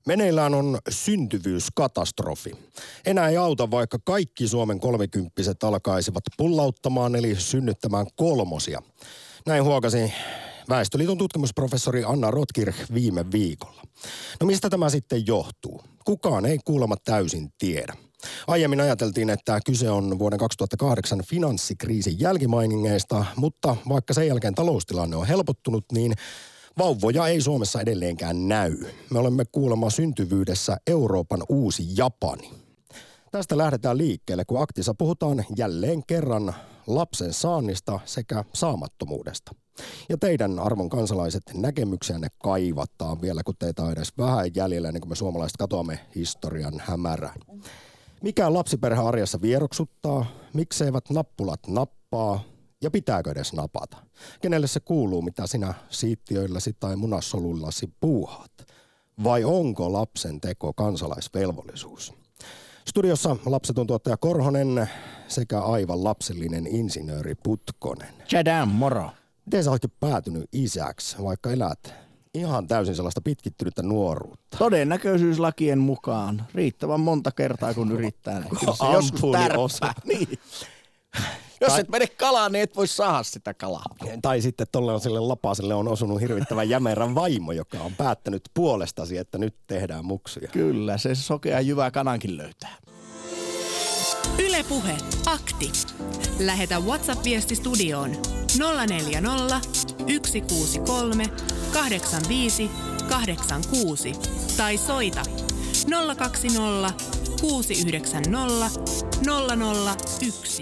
Meneillään on syntyvyyskatastrofi. Enää ei auta, vaikka kaikki Suomen 30-vuotiaat alkaisivat pullauttamaan eli synnyttämään kolmosia. Näin huokasi Väestöliiton tutkimusprofessori Anna Rotkirch viime viikolla. No mistä tämä sitten johtuu? Kukaan ei kuulemma täysin tiedä. Aiemmin ajateltiin, että kyse on vuoden 2008 finanssikriisin jälkimainingeista, mutta vaikka sen jälkeen taloustilanne on helpottunut, niin vauvoja ei Suomessa edelleenkään näy. Me olemme kuulemma syntyvyydessä Euroopan uusi Japani. Tästä lähdetään liikkeelle, kun Aktissa puhutaan jälleen kerran lapsen saannista sekä saamattomuudesta. Ja teidän, arvon kansalaiset, näkemyksiänne kaivataan vielä, kun teitä on edes vähän jäljellä, ennen kuin me suomalaiset katoamme historian hämärään. Mikä lapsiperhe arjessa vieroksuttaa? Mikseivät nappulat nappaa? Ja pitääkö edes napata? Kenelle se kuuluu, mitä sinä siittiöilläsi tai munassolullasi puuhaat? Vai onko lapsen teko kansalaisvelvollisuus? Studiossa lapsetun tuottaja Korhonen sekä aivan lapsellinen insinööri Putkonen. Tjadam, moro. Miten sä oletkin päätynyt isäksi, vaikka elät ihan täysin sellaista pitkittynyttä nuoruutta? Todennäköisyyslakien mukaan. Riittävän monta kertaa, kun yrittää. Niin kyllä se joskus tärppää. Niin. Jos et mene kalaan, niin et voi saada sitä kalaa. Tai sitten tollaiselle lapaselle on osunut hirvittävän jämerän vaimo, joka on päättänyt puolestasi, että nyt tehdään muksuja. Kyllä, se sokea jyvä kanankin löytää. Yle Puhe, akti. Lähetä WhatsApp-viesti studioon 040 163 85 86 tai soita 020 690 001.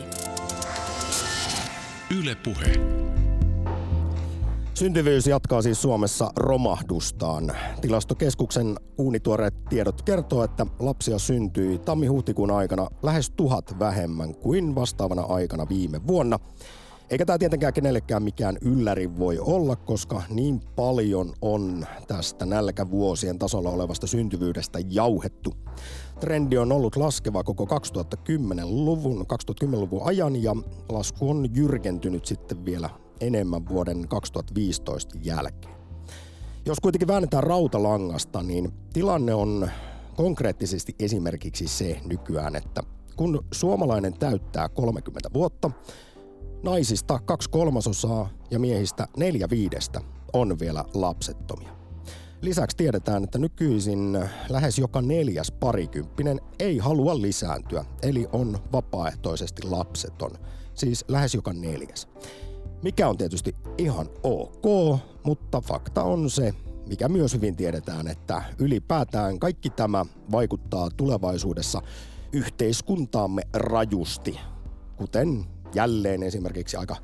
Yle Puhe. Syntyvyys jatkaa siis Suomessa romahdustaan. Tilastokeskuksen uunituoreet tiedot kertoo, että lapsia syntyi tammi-huhtikuun aikana lähes 1000 vähemmän kuin vastaavana aikana viime vuonna. Eikä tämä tietenkään kenellekään mikään ylläri voi olla, koska niin paljon on tästä nälkävuosien tasolla olevasta syntyvyydestä jauhettu. Trendi on ollut laskeva koko 2010-luvun ajan ja lasku on jyrkentynyt sitten vielä enemmän vuoden 2015 jälkeen. Jos kuitenkin väännetään rautalangasta, niin tilanne on konkreettisesti esimerkiksi se nykyään, että kun suomalainen täyttää 30 vuotta, naisista 2/3 ja miehistä 4/5 on vielä lapsettomia. Lisäksi tiedetään, että nykyisin lähes joka 4. parikymppinen ei halua lisääntyä, eli on vapaaehtoisesti lapseton. Siis lähes joka 4. Mikä on tietysti ihan ok, mutta fakta on se, mikä myös hyvin tiedetään, että ylipäätään kaikki tämä vaikuttaa tulevaisuudessa yhteiskuntaamme rajusti, kuten jälleen esimerkiksi aika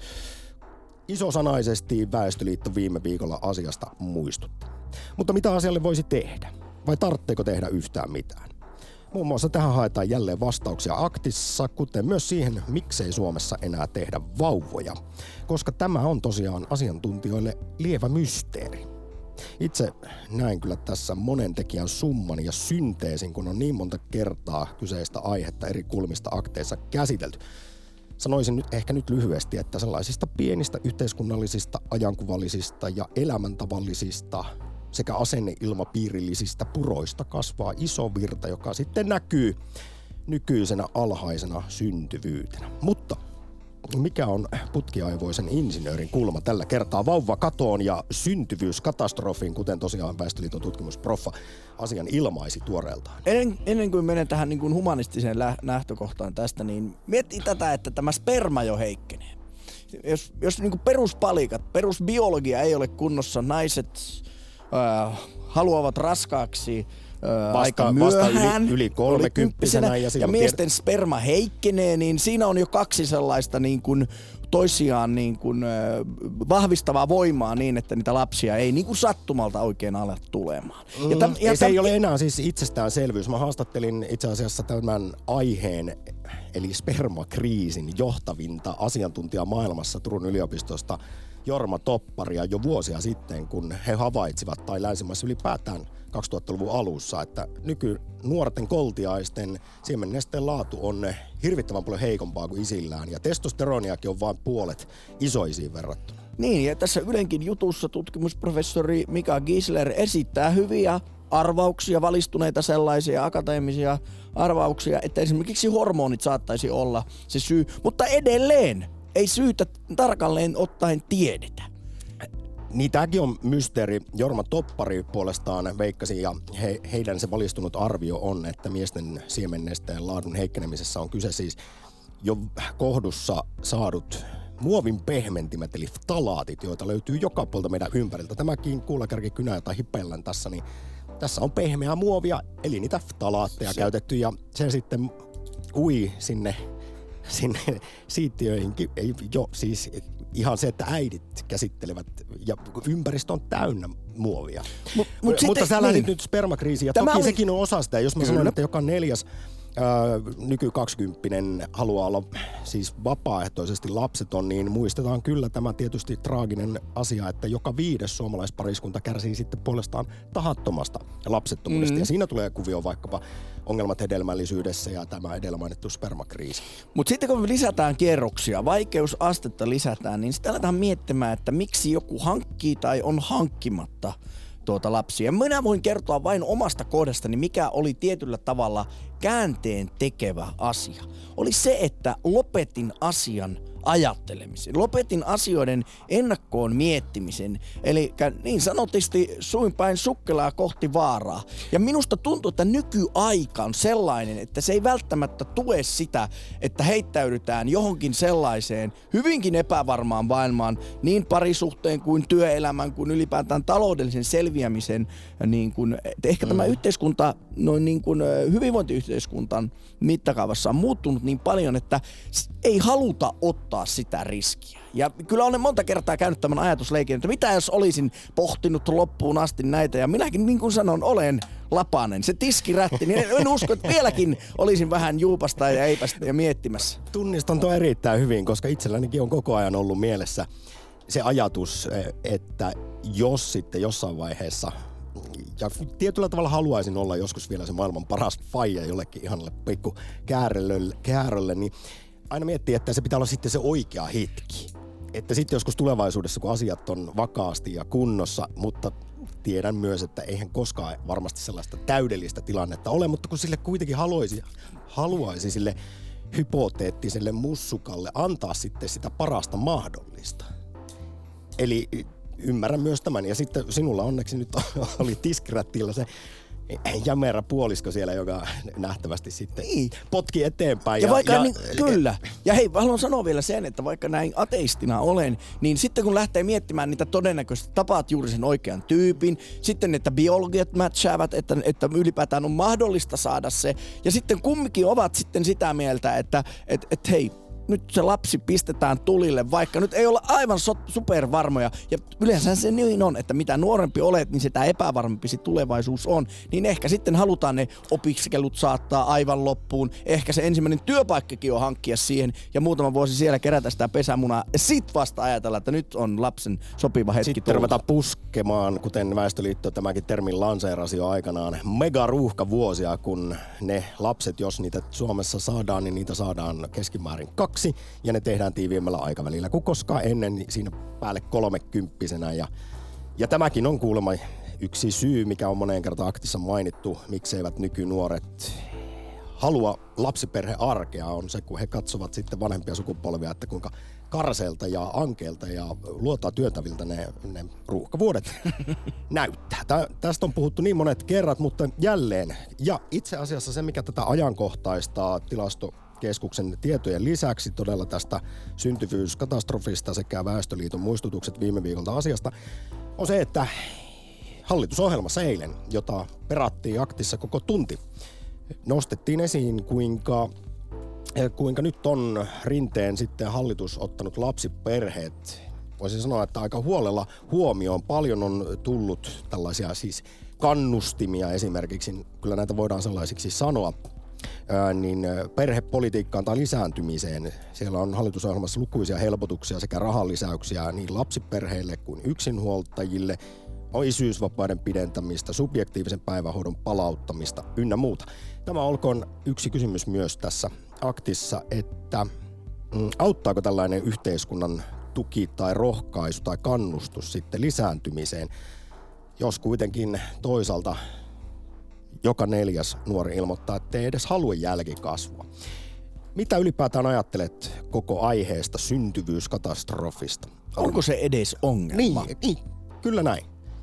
isosanaisesti Väestöliitto viime viikolla asiasta muistutti. Mutta mitä asialle voisi tehdä? Vai tarvitseeko tehdä yhtään mitään? Muun muassa tähän haetaan jälleen vastauksia Aktissa, kuten myös siihen, miksei Suomessa enää tehdä vauvoja. Koska tämä on tosiaan asiantuntijoille lievä mysteeri. Itse näen kyllä tässä monen tekijän summan ja synteesin, kun on niin monta kertaa kyseistä aihetta eri kulmista Akteissa käsitelty. Sanoisin nyt lyhyesti, että sellaisista pienistä yhteiskunnallisista, ajankuvallisista ja elämäntavallisista sekä asenneilmapiirillisistä puroista kasvaa iso virta, joka sitten näkyy nykyisenä alhaisena syntyvyytenä. Mutta mikä on putkiaivoisen insinöörin kulma tällä kertaa vauvakatoon ja syntyvyyskatastrofiin, kuten tosiaan Väestöliiton tutkimusproffa asian ilmaisi tuoreeltaan? Ennen kuin menen tähän niin kuin humanistiseen lähtökohtaan tästä, niin miettii tätä, että tämä sperma jo heikkenee. Jos niin kuin peruspalikat, perusbiologia ei ole kunnossa, naiset haluavat raskaaksi aika myöhään, yli 30-vuotiaana ja miesten sperma heikkenee, niin siinä on jo kaksi sellaista niin kuin toisiaan niin kuin vahvistavaa voimaa niin, että niitä lapsia ei niin kuin sattumalta oikein ala tulemaan. Se ei ole enää siis itsestäänselvyys. Mä haastattelin itse asiassa tämän aiheen, eli spermakriisin johtavinta asiantuntijaa maailmassa Turun yliopistosta, Jorma Topparia, jo vuosia sitten, kun he havaitsivat, tai länsimaissa ylipäätään 2000-luvun alussa, että nykynuorten koltiaisten siemennesteen laatu on hirvittävän paljon heikompaa kuin isillään, ja testosteroniakin on vain puolet isoisiin verrattuna. Niin, ja tässä Ylenkin jutussa tutkimusprofessori Mika Gisler esittää hyviä arvauksia, valistuneita sellaisia akateemisia arvauksia, että esimerkiksi hormonit saattaisi olla se syy, mutta edelleen ei syytä tarkalleen ottaen tiedetä. Niin tämäkin on mysteeri. Jorma Toppari puolestaan veikkasi ja heidän se valistunut arvio on, että miesten siemennesteen laadun heikkenemisessä on kyse siis jo kohdussa saadut muovin pehmentimet eli ftalaatit, joita löytyy joka puolta meidän ympäriltä. Tämäkin kuulakärkikynä, jota hipellän tässä, niin tässä on pehmeää muovia, eli niitä ftalaatteja käytetty ja se sitten ui sinne siittiöihinkin. Siis ihan se, että äidit käsittelevät ja ympäristö on täynnä muovia. Mutta sä lähdit nyt spermakriisiin ja toki sekin on osa sitä. Jos mä sanon, että joka 4. nyky-20 haluaa olla siis vapaaehtoisesti lapseton, niin muistetaan kyllä tämä tietysti traaginen asia, että joka 5. suomalaispariskunta kärsii sitten puolestaan tahattomasta lapsettomuudesta. Ja siinä tulee kuvio vaikkapa ongelmat hedelmällisyydessä ja tämä edellä mainittu spermakriisi. Mutta sitten kun lisätään kerroksia, vaikeusastetta lisätään, niin sitten aletaan miettimään, että miksi joku hankkii tai on hankkimatta lapsia. Minä voin kertoa vain omasta kohdastani, mikä oli tietyllä tavalla käänteen tekevä asia. Oli se, että lopetin asian ajattelemisen. Lopetin asioiden ennakkoon miettimisen. Eli niin sanotusti suin päin sukkelaa kohti vaaraa. Ja minusta tuntuu, että nykyaika on sellainen, että se ei välttämättä tue sitä, että heittäydytään johonkin sellaiseen hyvinkin epävarmaan maailmaan niin parisuhteen kuin työelämän kuin ylipäätään taloudellisen selviämisen. Niin kuin, ehkä tämä yhteiskunta, noin niin kuin hyvinvointiyhteiskuntan mittakaavassa on muuttunut niin paljon, että ei haluta ottaa sitä riskiä. Ja kyllä olen monta kertaa käynyt tämän ajatusleikin, että mitä jos olisin pohtinut loppuun asti näitä, ja minäkin niin kuin sanon, olen lapanen, se tiskirätti, niin en usko, että vieläkin olisin vähän juupasta ja eipästä ja miettimässä. Tunnistan tuon erittäin hyvin, koska itsellänikin on koko ajan ollut mielessä se ajatus, että jos sitten jossain vaiheessa, ja tietyllä tavalla haluaisin olla joskus vielä se maailman paras faija jollekin ihanalle pikku käärölle, niin aina miettii, että se pitää olla sitten se oikea hetki. Että sitten joskus tulevaisuudessa, kun asiat on vakaasti ja kunnossa, mutta tiedän myös, että eihän koskaan varmasti sellaista täydellistä tilannetta ole, mutta kun sille kuitenkin haluaisi sille hypoteettiselle mussukalle antaa sitten sitä parasta mahdollista. Eli ymmärrän myös tämän. Ja sitten sinulla onneksi nyt oli tiskirättillä se jämerä puolisko siellä, joka nähtävästi sitten potki eteenpäin. Ja vaikka kyllä. Ja hei, haluan sanoa vielä sen, että vaikka näin ateistina olen, niin sitten kun lähtee miettimään niitä todennäköisesti tapaat juuri sen oikean tyypin, sitten että biologiat matchaavat, että ylipäätään on mahdollista saada se, ja sitten kumminkin ovat sitten sitä mieltä, että hei, nyt se lapsi pistetään tulille, vaikka nyt ei olla aivan supervarmoja. Ja yleensä se niin on, että mitä nuorempi olet, niin sitä epävarmempi se tulevaisuus on. Niin ehkä sitten halutaan ne opiskelut saattaa aivan loppuun. Ehkä se ensimmäinen työpaikkakin on hankkia siihen ja muutama vuosi siellä kerätä sitä pesämunaa. Ja sit vasta ajatella, että nyt on lapsen sopiva hetki sitten ruveta puskemaan, kuten Väestöliitto tämäkin termin lanseerasi jo aikanaan, megaruuhkavuosia, kun ne lapset, jos niitä Suomessa saadaan, niin niitä saadaan keskimäärin 2. Ja ne tehdään tiiviimmällä aikavälillä kuin koskaan ennen, niin siinä päälle 30-vuotiaana. Ja tämäkin on kuulemma yksi syy, mikä on moneen kertaan aktissa mainittu, mikseivät nykynuoret halua lapsiperhearkea, on se, kun he katsovat sitten vanhempia sukupolvia, että kuinka karseelta ja ankeelta ja luotaa työntäviltä ne ruuhkavuodet näyttää. Tästä on puhuttu niin monet kerrat, mutta jälleen. Ja itse asiassa se, mikä tätä ajankohtaistaa Tilastokeskuksen tietojen lisäksi todella tästä syntyvyyskatastrofista sekä Väestöliiton muistutukset viime viikolta asiasta, on se, että hallitusohjelmassa eilen, jota perattiin aktissa koko tunti, nostettiin esiin, kuinka nyt on Rinteen sitten hallitus ottanut lapsiperheet. Voisin sanoa, että aika huolella huomioon. Paljon on tullut tällaisia siis kannustimia esimerkiksi, kyllä näitä voidaan sellaisiksi sanoa, niin perhepolitiikkaan tai lisääntymiseen. Siellä on hallitusohjelmassa lukuisia helpotuksia sekä rahalisäyksiä niin lapsiperheille kuin yksinhuoltajille, isyysvapaiden pidentämistä, subjektiivisen päivähoidon palauttamista ynnä muuta. Tämä olkoon yksi kysymys myös tässä aktissa, että auttaako tällainen yhteiskunnan tuki tai rohkaisu tai kannustus sitten lisääntymiseen, jos kuitenkin toisaalta joka 4. nuori ilmoittaa, että ei edes halua jälkikasvua. Mitä ylipäätään ajattelet koko aiheesta syntyvyyskatastrofista? Onko se edes ongelma? Niin, kyllä näin.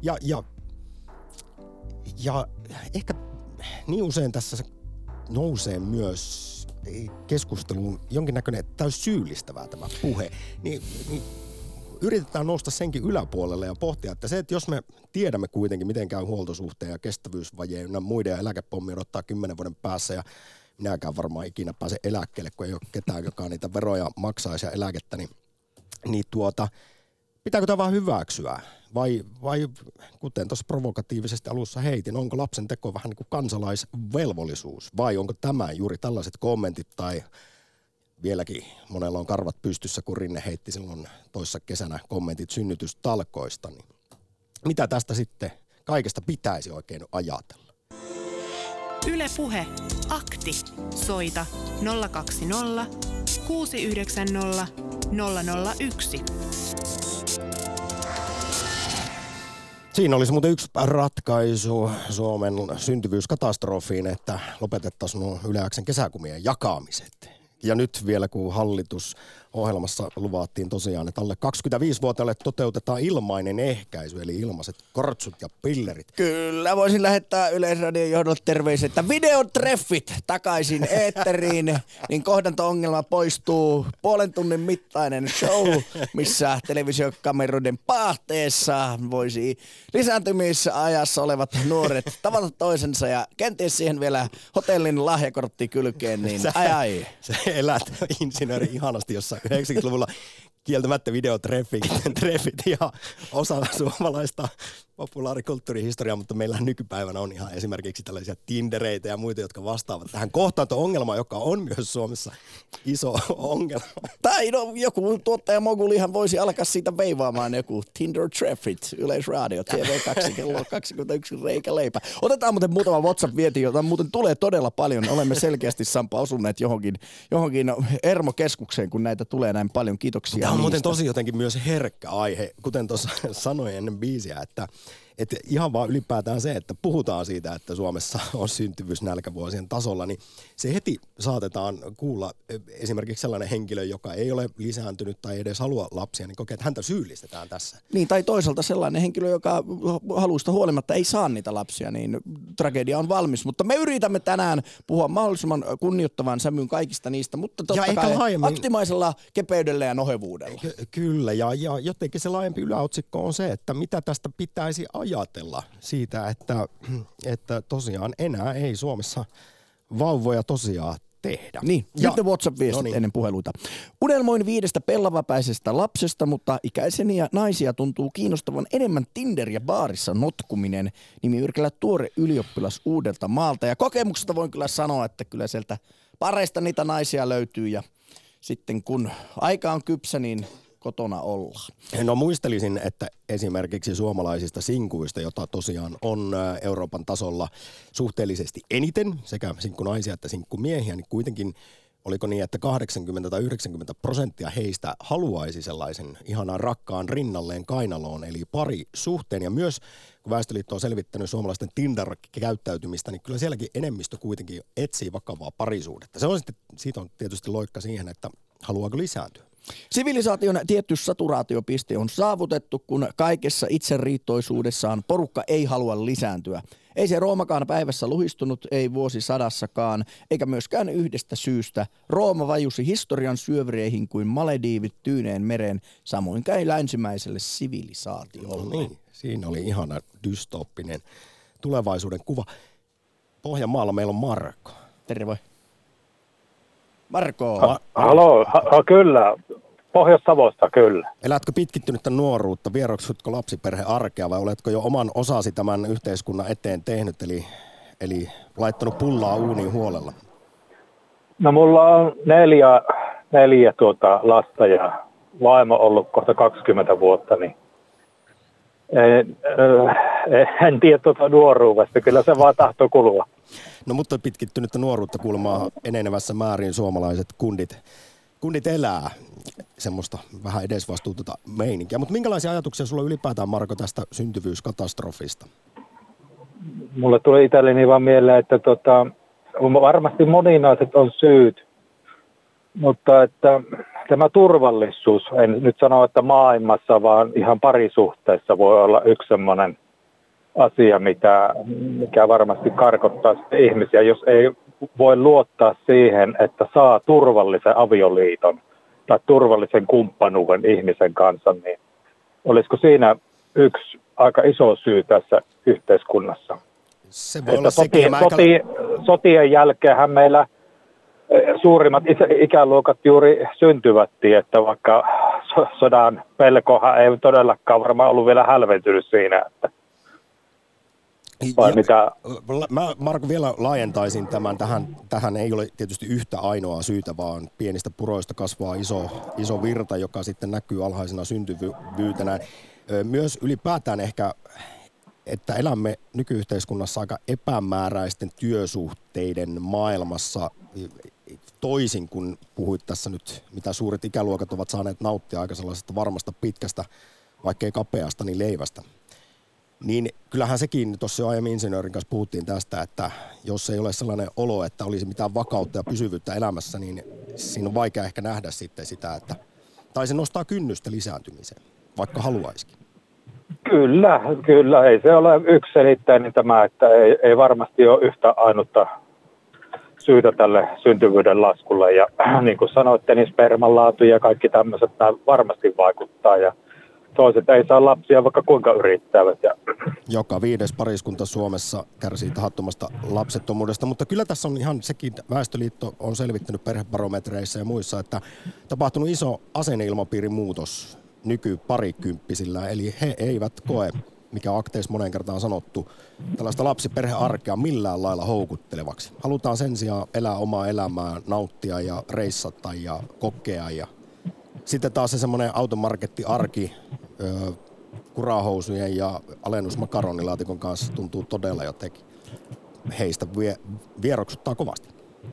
Ja ehkä niin usein tässä nousee myös keskusteluun jonkinnäköinen täysin syyllistävää tämä puhe. Niin yritetään nousta senkin yläpuolelle ja pohtia, että se, että jos me tiedämme kuitenkin, miten käy huoltosuhteen ja kestävyysvajeen ja muiden ja eläkepommi odottaa 10 vuoden päässä ja minäkään varmaan ikinä pääse eläkkeelle, kun ei ole ketään, joka niitä veroja maksaisi ja eläkettä, niin pitääkö tämä vaan hyväksyä? Vai kuten tuossa provokatiivisesti alussa heitin, onko lapsen teko vähän niin kuin kansalaisvelvollisuus? Vai onko tämä juuri tällaiset kommentit tai vieläkin monella on karvat pystyssä, kun Rinne heitti silloin toissa kesänä kommentit synnytystalkoista. Niin mitä tästä sitten kaikesta pitäisi oikein ajatella? Yle Puhe. Akti. Soita 020 690 001. Siinä olisi muuten yksi ratkaisu Suomen syntyvyyskatastrofiin, että lopetettaisiin nuo Yle X:n kesäkumien jakamiset. Ja nyt vielä, kun hallitusohjelmassa luvattiin tosiaan, että alle 25-vuotiaille toteutetaan ilmainen ehkäisy, eli ilmaiset kortsut ja pillerit. Kyllä, voisin lähettää Yleisradion johdolle terveisiä, että videotreffit takaisin eetteriin, niin kohdanto-ongelma poistuu. 0,5 tunnin mittainen show, missä televisiokameroiden paahteessa voisi lisääntymisajassa olevat nuoret tavata toisensa ja kenties siihen vielä hotellin lahjakortti kylkeen, niin ai. Se elät insinööri ihanasti jossain 90-luvulla kieltämättä videotreffit ja osa suomalaista populaarikulttuurihistoriaa, mutta meillä nykypäivänä on ihan esimerkiksi tällaisia Tindereitä ja muita, jotka vastaavat tähän kohtaanto-ongelmaan, joka on myös Suomessa iso ongelma. Tai joku tuottajamogulihan voisi alkaa siitä veivaamaan joku Tinder-treffit, Yleisradio, TV2, kello 21 reikä leipä. Otetaan muuten muutama WhatsApp-vieti, jota muuten tulee todella paljon. Olemme selkeästi, Sampa, osuneet johonkin Ermo-keskukseen, kun näitä tulee näin paljon. Kiitoksia. Tämä on muuten tosi jotenkin myös herkkä aihe, kuten tuossa sanoin ennen biisiä, että ihan vaan ylipäätään se, että puhutaan siitä, että Suomessa on syntyvyys nälkävuosien tasolla, niin se heti saatetaan kuulla esimerkiksi sellainen henkilö, joka ei ole lisääntynyt tai edes halua lapsia, niin kokee, että häntä syyllistetään tässä. Niin, tai toisaalta sellainen henkilö, joka haluista huolimatta ei saa niitä lapsia, niin tragedia on valmis. Mutta me yritämme tänään puhua mahdollisimman kunnioittavan sävyyn kaikista niistä, mutta totta kai aktimaisella kepeydellä ja nohevuudella. Kyllä, ja jotenkin se laajempi yläotsikko on se, että mitä tästä pitäisi ajatella siitä, että tosiaan enää ei Suomessa vauvoja tosiaan tehdä. Niin, nyt ne WhatsApp-viestit ennen puheluita. Unelmoin 5 pellavapäisestä lapsesta, mutta ikäiseniä naisia tuntuu kiinnostavan enemmän Tinder- ja baarissa notkuminen. Nimimerkillä tuore ylioppilas Uudelta maalta. Ja kokemuksesta voin kyllä sanoa, että kyllä sieltä pareista niitä naisia löytyy. Ja sitten kun aika on kypsä, niin kotona ollaan. No muistelisin, että esimerkiksi suomalaisista sinkuista, jota tosiaan on Euroopan tasolla suhteellisesti eniten, sekä sinkkunaisia että sinkkumiehiä, niin kuitenkin oliko niin, että 80 tai 90% heistä haluaisi sellaisen ihanan rakkaan rinnalleen kainaloon, eli parisuhteen. Ja myös kun Väestöliitto on selvittänyt suomalaisten Tinder-käyttäytymistä, niin kyllä sielläkin enemmistö kuitenkin etsii vakavaa parisuhdetta. Siitä on tietysti loikka siihen, että haluaako lisääntyä. Sivilisaation tietty saturaatiopiste on saavutettu, kun kaikessa itseriittoisuudessaan porukka ei halua lisääntyä. Ei se Roomakaan päivässä luhistunut, ei vuosisadassakaan, eikä myöskään yhdestä syystä. Rooma vajusi historian syövereihin kuin Malediivit Tyyneen mereen, samoin käy länsimäiselle sivilisaatiolle. No niin, siinä oli ihana dystooppinen tulevaisuuden kuva. Pohjanmaalla meillä on Marko. Terve. Marko. Haloo, kyllä. Pohjois-Savosta kyllä. Elätkö pitkittynyttä nuoruutta? Vieroksutko lapsiperhearkea vai oletko jo oman osasi tämän yhteiskunnan eteen tehnyt, eli laittanut pullaa uuniin huolella? No mulla on neljä lasta ja vaimo ollut kohta 20 vuotta, niin en tiedä nuoruudesta. Kyllä se vaan tahtoo kulua. No mutta pitkittynyttä nuoruutta kuulemaan enenevässä määrin suomalaiset kundit elää semmoista vähän edesvastuutonta meininkiä. Mutta minkälaisia ajatuksia sulla ylipäätään, Marko, tästä syntyvyyskatastrofista? mulle tuli itselleni vaan mieleen, että varmasti moninaiset on syyt, mutta että tämä turvallisuus, en nyt sano, että maailmassa, vaan ihan parisuhteessa voi olla yksi semmoinen asia, mikä varmasti karkottaa ihmisiä, jos ei voi luottaa siihen, että saa turvallisen avioliiton tai turvallisen kumppanuuden ihmisen kanssa, niin olisiko siinä yksi aika iso syy tässä yhteiskunnassa? Se voi olla sekin. Sotien jälkeenhän meillä suurimmat ikäluokat juuri syntyvättiin, että vaikka sodan pelkohan ei todellakaan varmaan ollut vielä hälventynyt siinä, että vai mitä? Mä Marko vielä laajentaisin tämän. Tähän ei ole tietysti yhtä ainoaa syytä, vaan pienistä puroista kasvaa iso virta, joka sitten näkyy alhaisena syntyvyytenä. Myös ylipäätään ehkä, että elämme nykyyhteiskunnassa aika epämääräisten työsuhteiden maailmassa, toisin kuin puhuit tässä nyt, mitä suuret ikäluokat ovat saaneet nauttia aika sellaisesta varmasta pitkästä, vaikkei kapeasta, niin leivästä. Niin kyllähän sekin, tuossa jo aiemmin insinöörin kanssa puhuttiin tästä, että jos ei ole sellainen olo, että olisi mitään vakautta ja pysyvyyttä elämässä, niin siinä on vaikea ehkä nähdä sitten sitä, että, tai se nostaa kynnystä lisääntymiseen, vaikka haluaisikin. Kyllä, ei se ole yksiselitteinen tämä, että ei varmasti ole yhtä ainutta syytä tälle syntyvyyden laskulle. Ja niin kuin sanoitte, niin sperman laatu ja kaikki tämmöiset varmasti vaikuttaa. Ja toiset ei saa lapsia, vaikka kuinka yrittävät. Joka 5. pariskunta Suomessa kärsii tahattomasta lapsettomuudesta, mutta kyllä tässä on ihan sekin, Väestöliitto on selvittänyt perhebarometreissä ja muissa, että tapahtunut iso asenneilmapiirin muutos nykyparikymppisillä, eli he eivät koe, mikä akteissa moneen kertaan sanottu, tällaista lapsiperhearkea millään lailla houkuttelevaksi. Halutaan sen sijaan elää omaa elämää, nauttia ja reissata ja kokea. Ja sitten taas se semmoinen automarkettiarki kurahousujen ja alennusmakaronilaatikon kanssa tuntuu todella jotenkin. Heistä vieroksuttaa kovasti.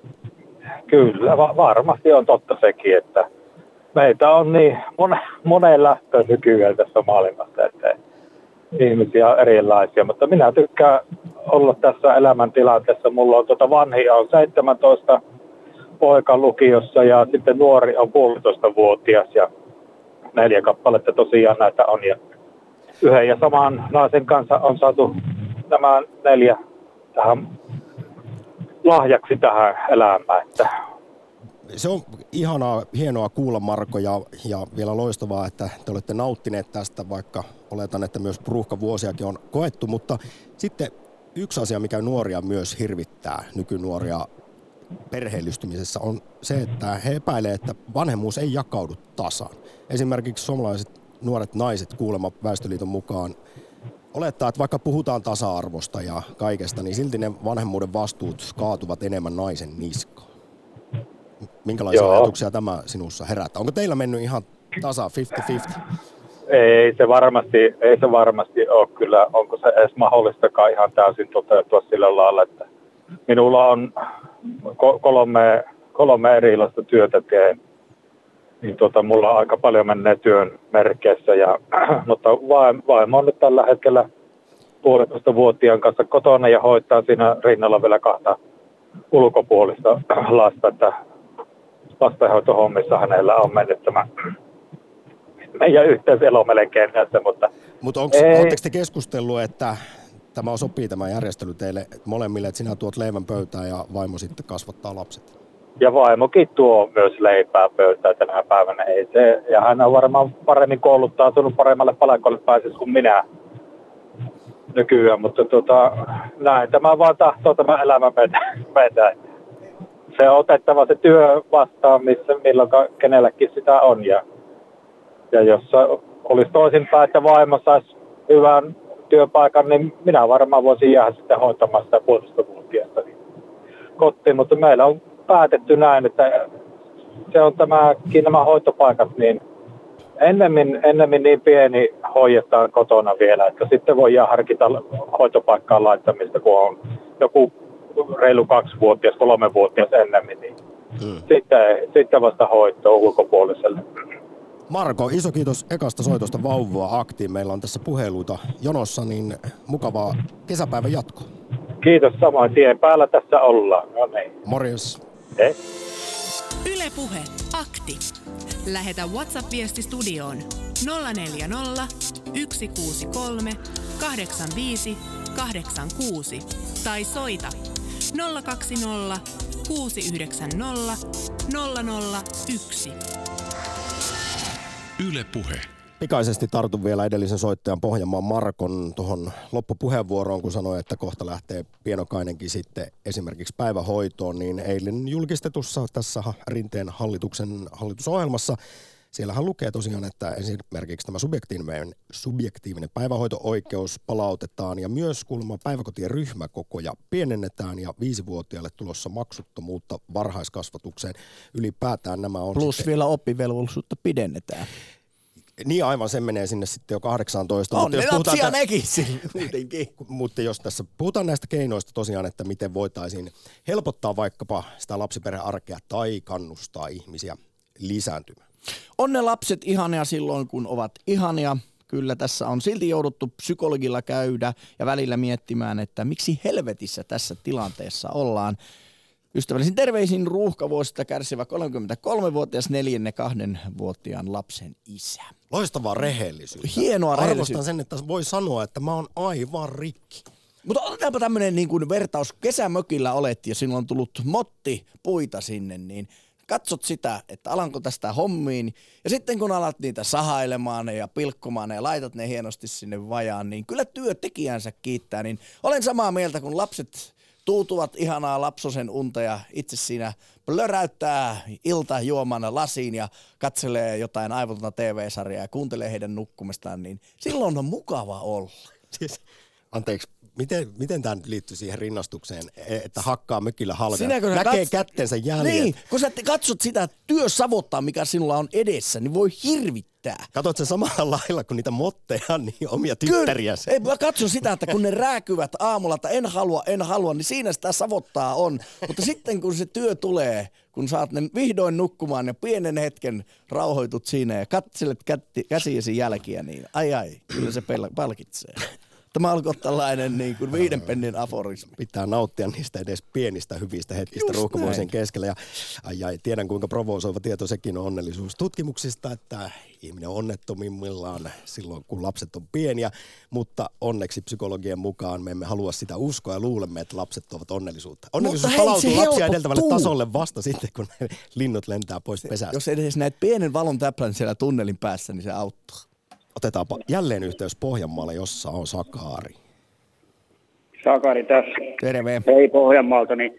Kyllä, varmasti on totta sekin, että meitä on niin moneen lähtöön nykyään tässä maailmassa, että ihmisiä on erilaisia, mutta minä tykkään olla tässä elämäntilanteessa. Mulla on vanhi on 17, poika lukiossa ja sitten nuori on 1,5-vuotias ja 4 kappaletta tosiaan näitä on. Ja yhden ja saman naisen kanssa on saatu nämä 4 tähän lahjaksi tähän elämään. Että se on ihanaa, hienoa kuulla, Marko, ja vielä loistavaa, että te olette nauttineet tästä, vaikka oletan, että myös ruuhkavuosiakin on koettu, mutta sitten yksi asia, mikä nuoria myös hirvittää, nykynuoria perheellistymisessä, on se, että he epäilee, että vanhemmuus ei jakaudu tasaan. Esimerkiksi suomalaiset nuoret naiset kuulemma Väestöliiton mukaan olettaa, että vaikka puhutaan tasa-arvosta ja kaikesta, niin silti ne vanhemmuuden vastuut kaatuvat enemmän naisen niskaan. Minkälaisia ajatuksia tämä sinussa herättää? Onko teillä mennyt ihan tasa 50-50? Ei se varmasti ole kyllä. Onko se edes mahdollistakaan ihan täysin toteutua sillä lailla, että minulla on 3 erilaista työtä teen. Niin mulla on aika paljon menee työn merkeissä, mutta vaimo on nyt tällä hetkellä 1,5-vuotiaan kanssa kotona ja hoitaa siinä rinnalla vielä 2 ulkopuolista lasta, että lastenhoitohommissa hänellä on mennyt tämä meidän yhteiselo melkein näissä, mutta oletteko te keskustellut, että tämä sopii tämä järjestely teille molemmille, että sinä tuot leivän pöytään ja vaimo sitten kasvattaa lapset? Ja vaimokin tuo myös leipää pöytään tänä päivänä. Ei se, ja hän on varmaan paremmin kouluttautunut, paremmalle palkolle pääsisi kuin minä nykyään, mutta näin tämä vaan tahtoo tämä elämä meitä. Se on otettava se työ vastaan, milloin kenelläkin sitä on. Ja jos olisi toisinpäin, että vaimo saisi hyvän työpaikan, niin minä varmaan voisin jäädä sitten hoitamaan sitä 1,5-vuotiaasta kotiin. Mutta meillä on päätetty näin, että se on nämä hoitopaikat, niin ennemmin niin pieni hoidetaan kotona vielä, että sitten voidaan harkita hoitopaikkaan laittamista, kun on joku reilu 2-vuotias, 3-vuotias ennemmin, niin sitten vasta hoitoa ulkopuoliselle. Marko, iso kiitos ekasta soitosta vauvaa aktiin. Meillä on tässä puheluita jonossa, niin mukavaa kesäpäivän jatkoa. Kiitos samoin, tien päällä tässä ollaan. No niin. Morjens. Hei. Yle Puhe, akti. Lähetä WhatsApp-viesti studioon 040 163 85 86 tai soita 020 690 001. Yle Puhe. Pikaisesti tartun vielä edellisen soittajan Pohjanmaan Markon tuohon loppupuheenvuoroon, kun sanoi, että kohta lähtee Pienokainenkin sitten esimerkiksi päivähoitoon, niin eilen julkistetussa tässä Rinteen hallitusohjelmassa siellähän lukee tosiaan, että esimerkiksi tämä subjektiivinen päivähoito-oikeus palautetaan ja myös kuulemma päiväkotien ryhmäkokoja pienennetään ja 5-vuotiaille tulossa maksuttomuutta varhaiskasvatukseen. Ylipäätään nämä on plus vielä oppivelvollisuutta pidennetään. Niin aivan, sen menee sinne sitten jo 18. On ne lapsia nekin kuitenkin. Mutta jos tässä puhutaan näistä keinoista tosiaan, että miten voitaisiin helpottaa vaikkapa sitä lapsiperhearkea tai kannustaa ihmisiä lisääntymään. On ne lapset ihania silloin, kun ovat ihania. Kyllä tässä on silti jouduttu psykologilla käydä ja välillä miettimään, että miksi helvetissä tässä tilanteessa ollaan. Ystävällisin terveisin ruuhkavuosista kärsivä 33-vuotias 4-2-vuotiaan lapsen isä. Loistavaa rehellisyyttä. Hienoa rehellisyyttä. Arvostan sen, että voi sanoa, että mä oon aivan rikki. Mutta otetaanpa tämmöinen niin kuin vertaus. Kesämökillä olet ja sinulla on tullut motti puita sinne, niin katsot sitä, että alanko tästä hommiin. Ja sitten kun alat niitä sahailemaan ja pilkkomaan ja laitat ne hienosti sinne vajaan, niin kyllä työtekijänsä kiittää. Niin olen samaa mieltä, kun lapset tuutuvat ihanaa lapsosen unta ja itse siinä plöräyttää iltajuomana lasiin ja katselee jotain aivotonta TV-sarjaa ja kuuntelee heidän nukkumistaan, niin silloin on mukava olla. Siis, anteeksi, miten tämä nyt liittyy siihen rinnastukseen, että hakkaa mökillä halkoja, näkee kättensä jäljet? Niin, kun sä katsot sitä työsavottaa, mikä sinulla on edessä, niin voi hirvittää. Katsot sen samalla lailla kuin niitä motteja, niin omia tyttäriäsi. Ei, mä katson sitä, että kun ne rääkyvät aamulla, että en halua, niin siinä sitä savottaa on. Mutta sitten kun se työ tulee, kun saat ne vihdoin nukkumaan ja pienen hetken rauhoitut siinä ja katselet käsiesi jälkiä, niin ai, kyllä se palkitsee. Tämä alkoi tällainen niin kuin 5 pennin aforismi. Pitää nauttia niistä edes pienistä hyvistä hetkistä ruuhkavuosien keskellä. Ja tiedän, kuinka provosoiva tieto sekin on onnellisuustutkimuksista, että ihminen on onnettomimmillaan silloin, kun lapset on pieniä. Mutta onneksi psykologien mukaan me emme halua sitä uskoa ja luulemme, että lapset ovat onnellisuutta. Onnellisuus palautuu lapsia edeltävälle tasolle vasta sitten, kun ne linnut lentää pois pesästä. Jos edes näet pienen valon täplän siellä tunnelin päässä, niin se auttaa. Otetaanpa jälleen yhteys Pohjanmaalle, jossa on Sakari. Sakari tässä. Terve. Hei Pohjanmaalta, niin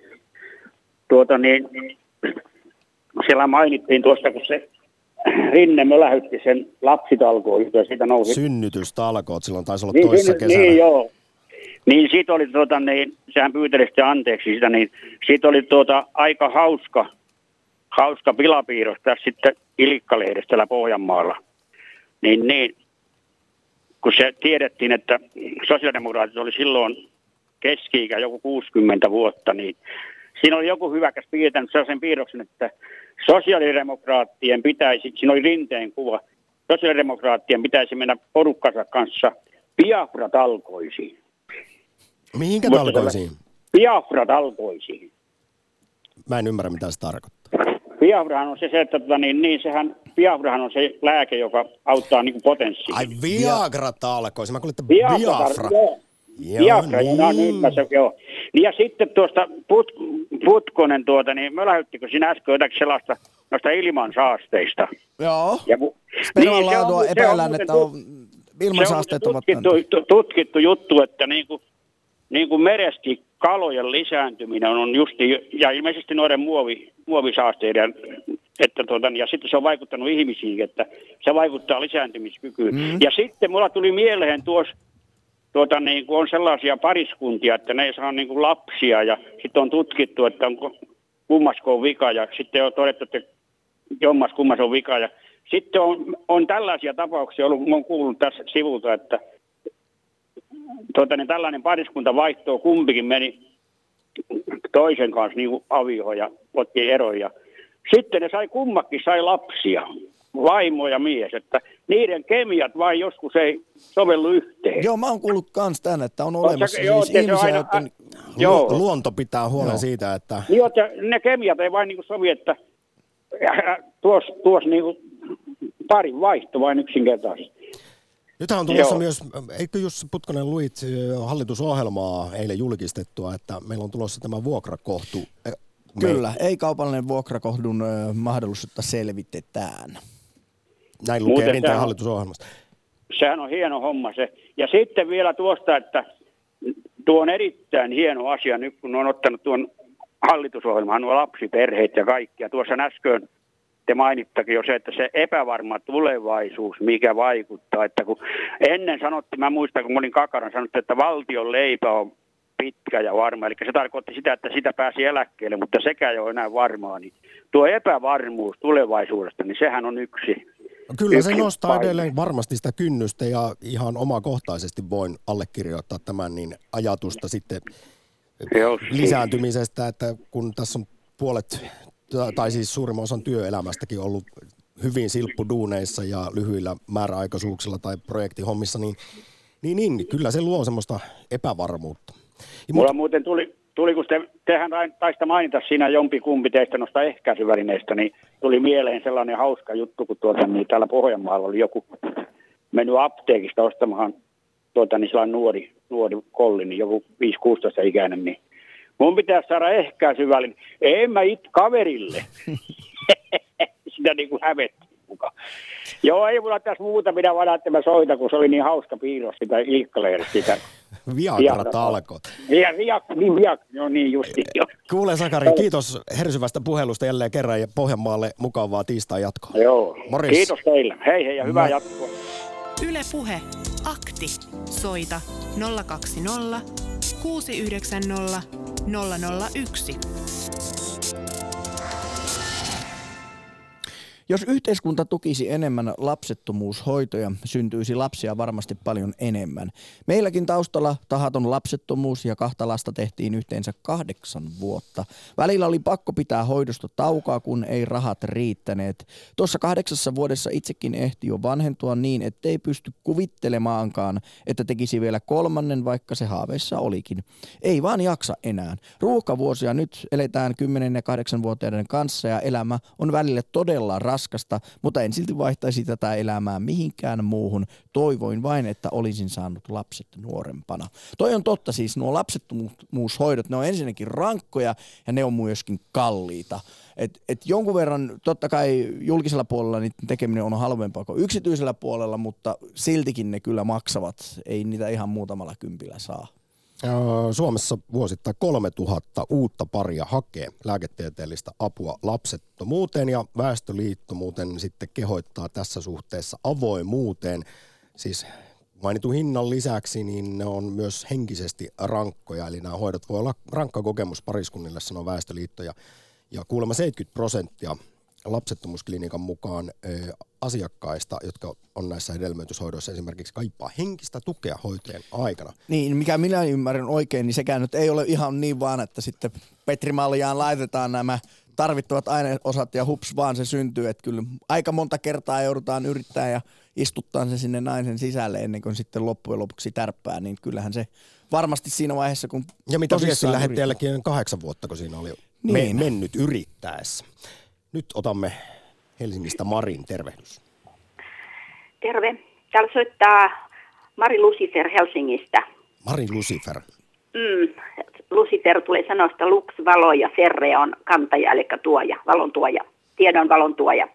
siellä mainittiin tuosta, kun se Rinne mölähytti sen lapsitalkoon ja siitä nousi. Synnytystalkoot, silloin taisi olla toissa kesänä. Niin joo. Niin siitä oli sehän pyyteli sitten anteeksi sitä, niin siitä oli aika hauska pilapiirros tässä sitten Ilkka-lehdessä täällä Pohjanmaalla. Niin, kun se tiedettiin, että sosiaalidemokraatit oli silloin keski-ikä joku 60 vuotta, niin siinä oli joku hyväkäs piirtänyt sellaisen piirroksen, että sosiaalidemokraattien pitäisi, siinä oli Rinteen kuva, sosiaalidemokraattien pitäisi mennä porukkansa kanssa Biafra-talkoisiin. Mihinkä talkoisiin? Biafra-talkoisiin. Mä en ymmärrä, mitä se tarkoittaa. Biafrahan on että Biafrahan on se lääke, joka auttaa niin kuin potenssiin. Ai Viagra-talkoisiin. Mä kuulin, että Biafra. Biafra, joo. Ja sitten tuosta Putkonen, niin mölähyttikö sinä äsken jotakin sellaista noista ilmansaasteista? Joo. Spedon laadua epäillään, että on ilmansaasteet ovat tutkittu juttu, että niin kuin mereskin kalojen lisääntyminen on justi, ja ilmeisesti noiden muovisaasteiden, että ja sitten se on vaikuttanut ihmisiin, että se vaikuttaa lisääntymiskykyyn. Ja sitten mulla tuli mieleen tuossa, niin kuin on sellaisia pariskuntia, että ne ei saa niin kuin lapsia, ja sitten on tutkittu, että kummasko on vika, ja sitten on todettu, että kummas on vika, ja sitten on tällaisia tapauksia ollut, mä oon kuullut tässä sivulta, että tällainen pariskunta vaihtoo, kumpikin meni toisen kanssa niin kuin avioon ja otti eroja. Sitten ne kummakin sai lapsia. vaimo ja mies, että niiden kemiat vain joskus ei sovellu yhteen. Joo, mä oon kuullut kans tän, että on olemassa ihmisiä, että... Luonto pitää huolen siitä, että... Niin, että ne kemiat ei vain niin sovi, että tuossa niin parin vaihto vain yksinkertaisesti. Nythän on tulossa myös, eikö Jussi Putkonen luit hallitusohjelmaa eilen julkistettua, että meillä on tulossa tämä vuokrakohtu. Kyllä, ei kaupallinen vuokrakohdun mahdollisuutta selvitetään. Näin lukee Rinteen hallitusohjelmasta. Sehän on hieno homma se. Ja sitten vielä tuosta, että tuo on erittäin hieno asia nyt, kun on ottanut tuon hallitusohjelmaan nuo lapsiperheet ja kaikki. Ja tuossa äsken te mainittakin jo se, että se epävarma tulevaisuus, mikä vaikuttaa. Että kun ennen sanottiin, mä muistan, kun mä olin kakaran, sanottiin, että valtion leipä on pitkä ja varma. Eli se tarkoitti sitä, että sitä pääsi eläkkeelle, mutta sekä ei ole enää varmaa. Niin tuo epävarmuus tulevaisuudesta, niin sehän on yksi. Kyllä se nostaa edelleen varmasti sitä kynnystä ja ihan omakohtaisesti voin allekirjoittaa tämän niin ajatusta sitten lisääntymisestä, että kun tässä on puolet, tai siis suurimman osan työelämästäkin ollut hyvin silppuduuneissa ja lyhyillä määräaikaisuuksilla tai projektihommissa, niin kyllä se luo semmoista epävarmuutta. Mulla muuten tuli kun tehän taista mainita siinä jompikumpi teistä noista ehkäisyvälineistä, niin tuli mieleen sellainen hauska juttu, kun niin täällä Pohjanmaalla oli joku mennyt apteekista ostamaan niin sellainen nuori kolli, niin joku 5-16-ikäinen, niin mun pitäisi saada ehkäisyväline. En mä kaverille. Sitä niin kuin hävetti mukaan. Joo, ei mulla tässä muuta pidä vada, että mä soitan, kun se oli niin hauska piirros sitä Ilkka-lehdestä sitä. Viagra-talkot. Joo, niin justi. Jo. Kuule Sakari, kiitos hersyvästä puhelusta jälleen kerran ja Pohjanmaalle mukavaa tiistai jatkoa. Joo, Morjes. Kiitos teille. Hei ja hyvää jatkoa. Yle Puhe, akti. Soita 020 690 001. Jos yhteiskunta tukisi enemmän lapsettomuushoitoja, syntyisi lapsia varmasti paljon enemmän. Meilläkin taustalla tahaton lapsettomuus ja 2 lasta tehtiin yhteensä 8 vuotta. Välillä oli pakko pitää hoidosta taukoa, kun ei rahat riittäneet. Tuossa 8 vuodessa itsekin ehti jo vanhentua niin, ettei pysty kuvittelemaankaan, että tekisi vielä 3, vaikka se haaveissa olikin. Ei vaan jaksa enää. Ruuhkavuosia nyt eletään 10- ja 8-vuotiaiden kanssa ja elämä on välillä todella raskasta, mutta en silti vaihtaisi tätä elämää mihinkään muuhun. Toivoin vain, että olisin saanut lapset nuorempana. Toi on totta siis, nuo lapsettomuushoidot, ne on ensinnäkin rankkoja ja ne on myöskin kalliita. Et jonkun verran, totta kai julkisella puolella niiden tekeminen on halvempaa kuin yksityisellä puolella, mutta siltikin ne kyllä maksavat. Ei niitä ihan muutamalla kympillä saa. Suomessa vuosittain 3000 uutta paria hakee lääketieteellistä apua lapsettomuuteen ja Väestöliitto muuten sitten kehoittaa tässä suhteessa avoimuuteen. Siis mainitun hinnan lisäksi niin ne on myös henkisesti rankkoja, eli nämä hoidot voi olla rankka kokemus pariskunnille, sanoo Väestöliitto. Ja kuulemma 70% lapsettomuusklinikan mukaan asiakkaista, jotka on näissä hedelmöityshoidoissa esimerkiksi kaipaa henkistä tukea hoitojen aikana. Niin, mikä minä ymmärrän oikein, niin sekään nyt ei ole ihan niin vaan, että sitten Petrimalliaan laitetaan nämä tarvittavat aineosat ja hups vaan se syntyy, että kyllä aika monta kertaa joudutaan yrittää ja istuttaa se sinne naisen sisälle ennen kuin sitten loppujen lopuksi tärppää, niin kyllähän se varmasti siinä vaiheessa, kun ja mitä viestin lähettäjälläkin 8 vuotta, kun siinä oli niin mennyt yrittäessä. Nyt otamme Helsingistä Marin, tervehdys. Terve. Täällä soittaa Mari Lucifer Helsingistä. Mari Lucifer. Lucifer tulee sanosta Lux, valo ja Ferre on kantaja, eli tuoja, valontuoja, tiedon valontuoja,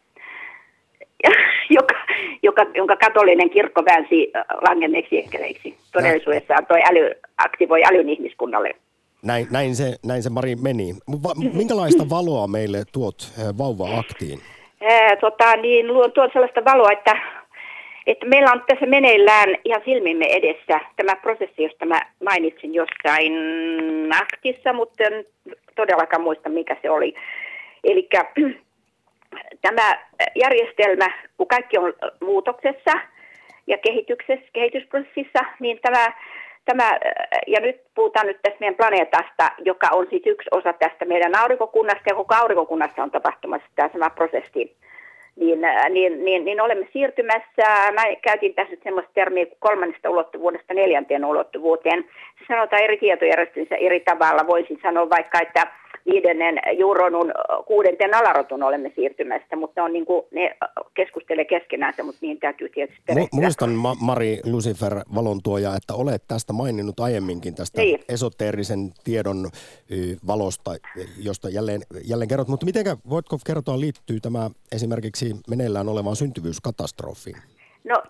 jonka katolinen kirkko väänsi langenneeksi enkeleiksi. Todellisuudessaan aktivoi älyn ihmiskunnalle. Näin se Mari meni. Minkälaista valoa meille tuot vauva-aktiin? Luon sellaista valoa, että meillä on tässä meneillään ihan silmimme edessä tämä prosessi, josta mä mainitsin jossain aktissa, mutta en todellakaan muista, mikä se oli. Eli tämä järjestelmä, kun kaikki on muutoksessa ja kehitysprosessissa, niin tämä, ja nyt puhutaan nyt tästä meidän planeetasta, joka on siis yksi osa tästä meidän aurinkokunnasta, ja koko aurinkokunnassa on tapahtumassa tämä sama prosessi. niin olemme siirtymässä, mä käytin tässä nyt semmoista termiä 3. ulottuvuudesta 4. ulottuvuuteen. Se sanotaan eri tietojärjestelmissä eri tavalla. Voisin sanoa vaikka, että 5. juuronun 6. alarotun olemme siirtymässä, mutta on niin kuin, ne keskustelee keskenäänsä, mutta niin täytyy tietysti perehtyä. Muistan Mari Lucifer valontuoja, että olet tästä maininnut aiemminkin tästä esoteerisen tiedon valosta, josta jälleen kerrot. Mutta voitko kertoa, liittyy tämä esimerkiksi meneillään olevaan syntyvyyskatastrofiin? No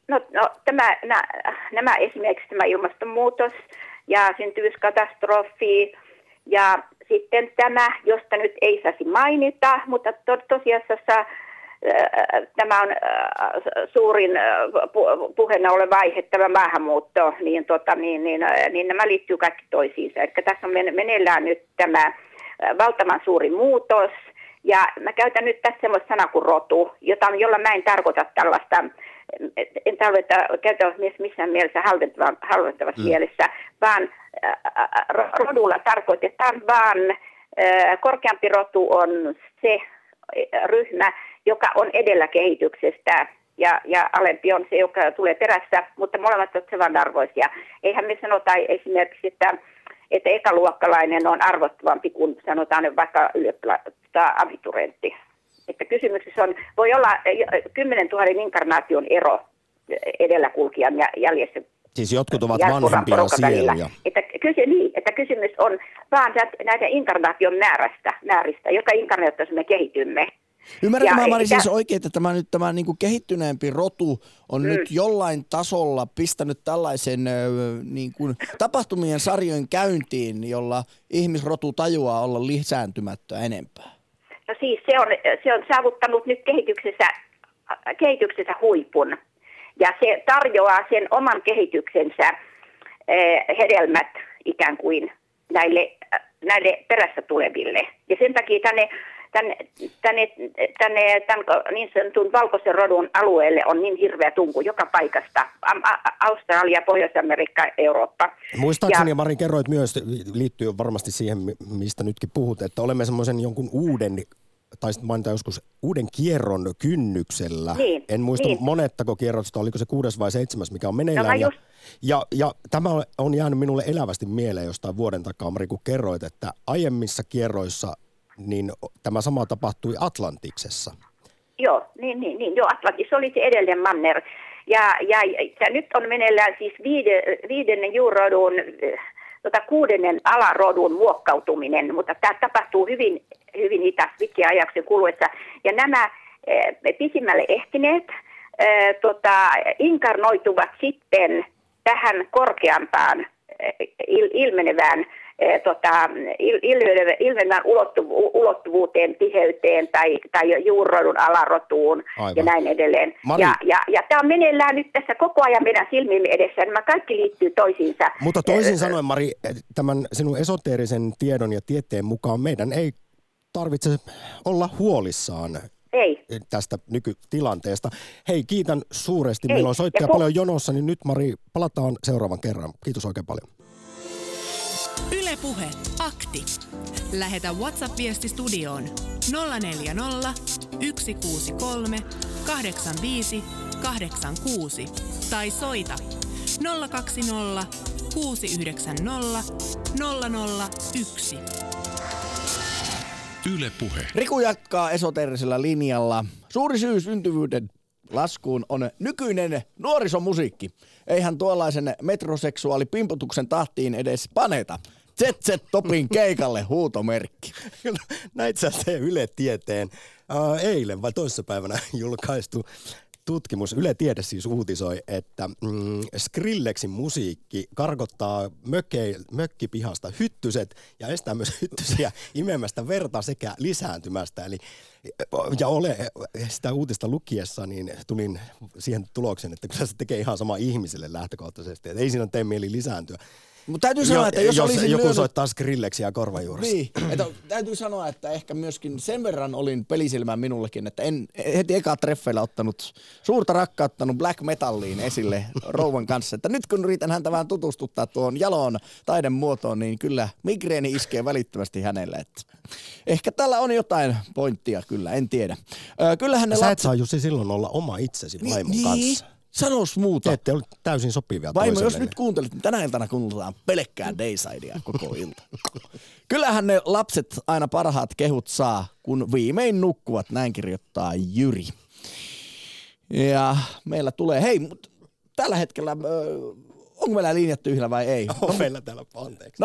nämä esimerkiksi tämä ilmastonmuutos ja syntyvyyskatastrofi ja sitten tämä, josta nyt ei saisi mainita, mutta tosiasiassa tämä on suurin puheena oleva aihe, tämä maahanmuutto, niin nämä liittyy kaikki toisiinsa. Eli tässä on meneillään nyt tämä valtavan suuri muutos, ja mä käytän nyt tässä semmoista sanaa kuin rotu, jolla mä en tarkoita tällaista, en käytä missään mielessä halventavassa mielessä, vaan rodulla tarkoitetaan vaan korkeampi rotu on se ryhmä, joka on edellä kehityksestä ja alempi on se, joka tulee perässä, mutta molemmat ovat samanarvoisia. Eihän me sanota esimerkiksi, että ekaluokkalainen on arvottavampi kuin sanotaan vaikka abiturentti. Että kysymyksessä voi olla 10 000 inkarnaation ero edelläkulkijan ja jäljessä. Siis jotkut ovat vanhempia sieluja. Että kysymys on vaan näiden inkarnaation määristä, joka inkarnaatiossa me kehitymme. Ymmärrätkö mä, Mari, siis oikein, että tämä niin kuin kehittyneempi rotu on nyt jollain tasolla pistänyt tällaisen niin kuin tapahtumien sarjojen käyntiin, jolla ihmisrotu tajuaa olla lisääntymättä enempää? No siis se on saavuttanut nyt kehityksensä huipun. Ja se tarjoaa sen oman kehityksensä hedelmät ikään kuin näille perässä tuleville. Ja sen takia tänne niin sanotun valkoisen rodun alueelle on niin hirveä tunku joka paikasta. Australia, Pohjois-Amerikka, Eurooppa. Muistaakseni, ja Mari, kerroit myös, liittyy varmasti siihen, mistä nytkin puhut, että olemme semmoisen jonkun uuden, taisit mainita joskus, uuden kierron kynnyksellä. En muista monettako kierrosta, oliko se 6. vai 7, mikä on meneillään. No, ja tämä on jäänyt minulle elävästi mieleen jostain vuoden takaa, Mari, kun kerroit, että aiemmissa kierroissa niin tämä sama tapahtui Atlantiksessa. Joo, niin. Joo, Atlantis oli se edellinen manner. Ja nyt on meneillään siis 5. juurodun 6. alarodun muokkautuminen, mutta tämä tapahtuu hyvin hitaasti pitkän ajaksen kuluessa. Ja nämä pisimmälle ehtineet inkarnoituvat sitten tähän korkeampaan ilmenevään ilmenevään ulottuvuuteen, tiheyteen tai juurodun alarotuun. Aivan. Ja näin edelleen. Ja tämä on meneillään nyt tässä koko ajan meidän silmimme edessä. Nämä kaikki liittyy toisiinsa. Mutta toisin sanoen, Mari, tämän sinun esoteerisen tiedon ja tieteen mukaan meidän ei tarvitse olla huolissaan tästä nykytilanteesta. Hei, kiitän suuresti. Meillä on soittaja paljon jonossa, niin nyt, Mari, palataan seuraavan kerran. Kiitos oikein paljon. Yle Puhe, akti. Lähetä WhatsApp-viesti studioon 040 163 85 86 tai soita 020 690 001. Yle Puhe. Riku jatkaa esoteerisella linjalla. Suuri syy syntyvyyden laskuun on nykyinen nuorisomusiikki. Eihän tuollaisen metroseksuaalipimputuksen tahtiin edes paneta. ZZ-Topin keikalle huutomerkki. Näit sä se Yle Tieteen eilen vai toissapäivänä julkaistu tutkimus. Yle Tiede siis uutisoi, että Skrillexin musiikki karkottaa mökkipihasta hyttyset ja estää myös hyttysiä imemästä verta sekä lisääntymästä. Eli, sitä uutista lukiessa niin tulin siihen tulokseen, että kyllä se tekee ihan sama ihmiselle lähtökohtaisesti. Että ei siinä tee mieli lisääntyä. Mutta täytyy sanoa, että jos olisin joku lyönyt... soittaa Skrillexia korvajuuressa. Niin, että täytyy sanoa, että ehkä myöskin sen verran olin pelisilmään minullekin, että en heti eka treffeillä ottanut suurta rakkauttanut black metalliin esille rouvan kanssa. Että nyt kun yritän häntä vähän tutustuttaa tuon jaloon taidemuotoon, niin kyllä migreeni iskee välittömästi hänelle. Että ehkä tällä on jotain pointtia kyllä, en tiedä. Kyllähän ne Sä et saa Jussi silloin olla oma itsesi vaimon kanssa. Sanois muuta. Te ette ole täysin sopivia Vaimo, toiselle. jos nyt kuuntelit, niin tänä iltana kuunnellaan pelkkää Daysidea koko ilta. Kyllähän ne lapset aina parhaat kehut saa, kun viimein nukkuvat, näin kirjoittaa Jyri. Ja meillä tulee, hei, mutta tällä hetkellä, onko meillä linjat tyhjillä vai ei? On meillä täällä, anteeksi.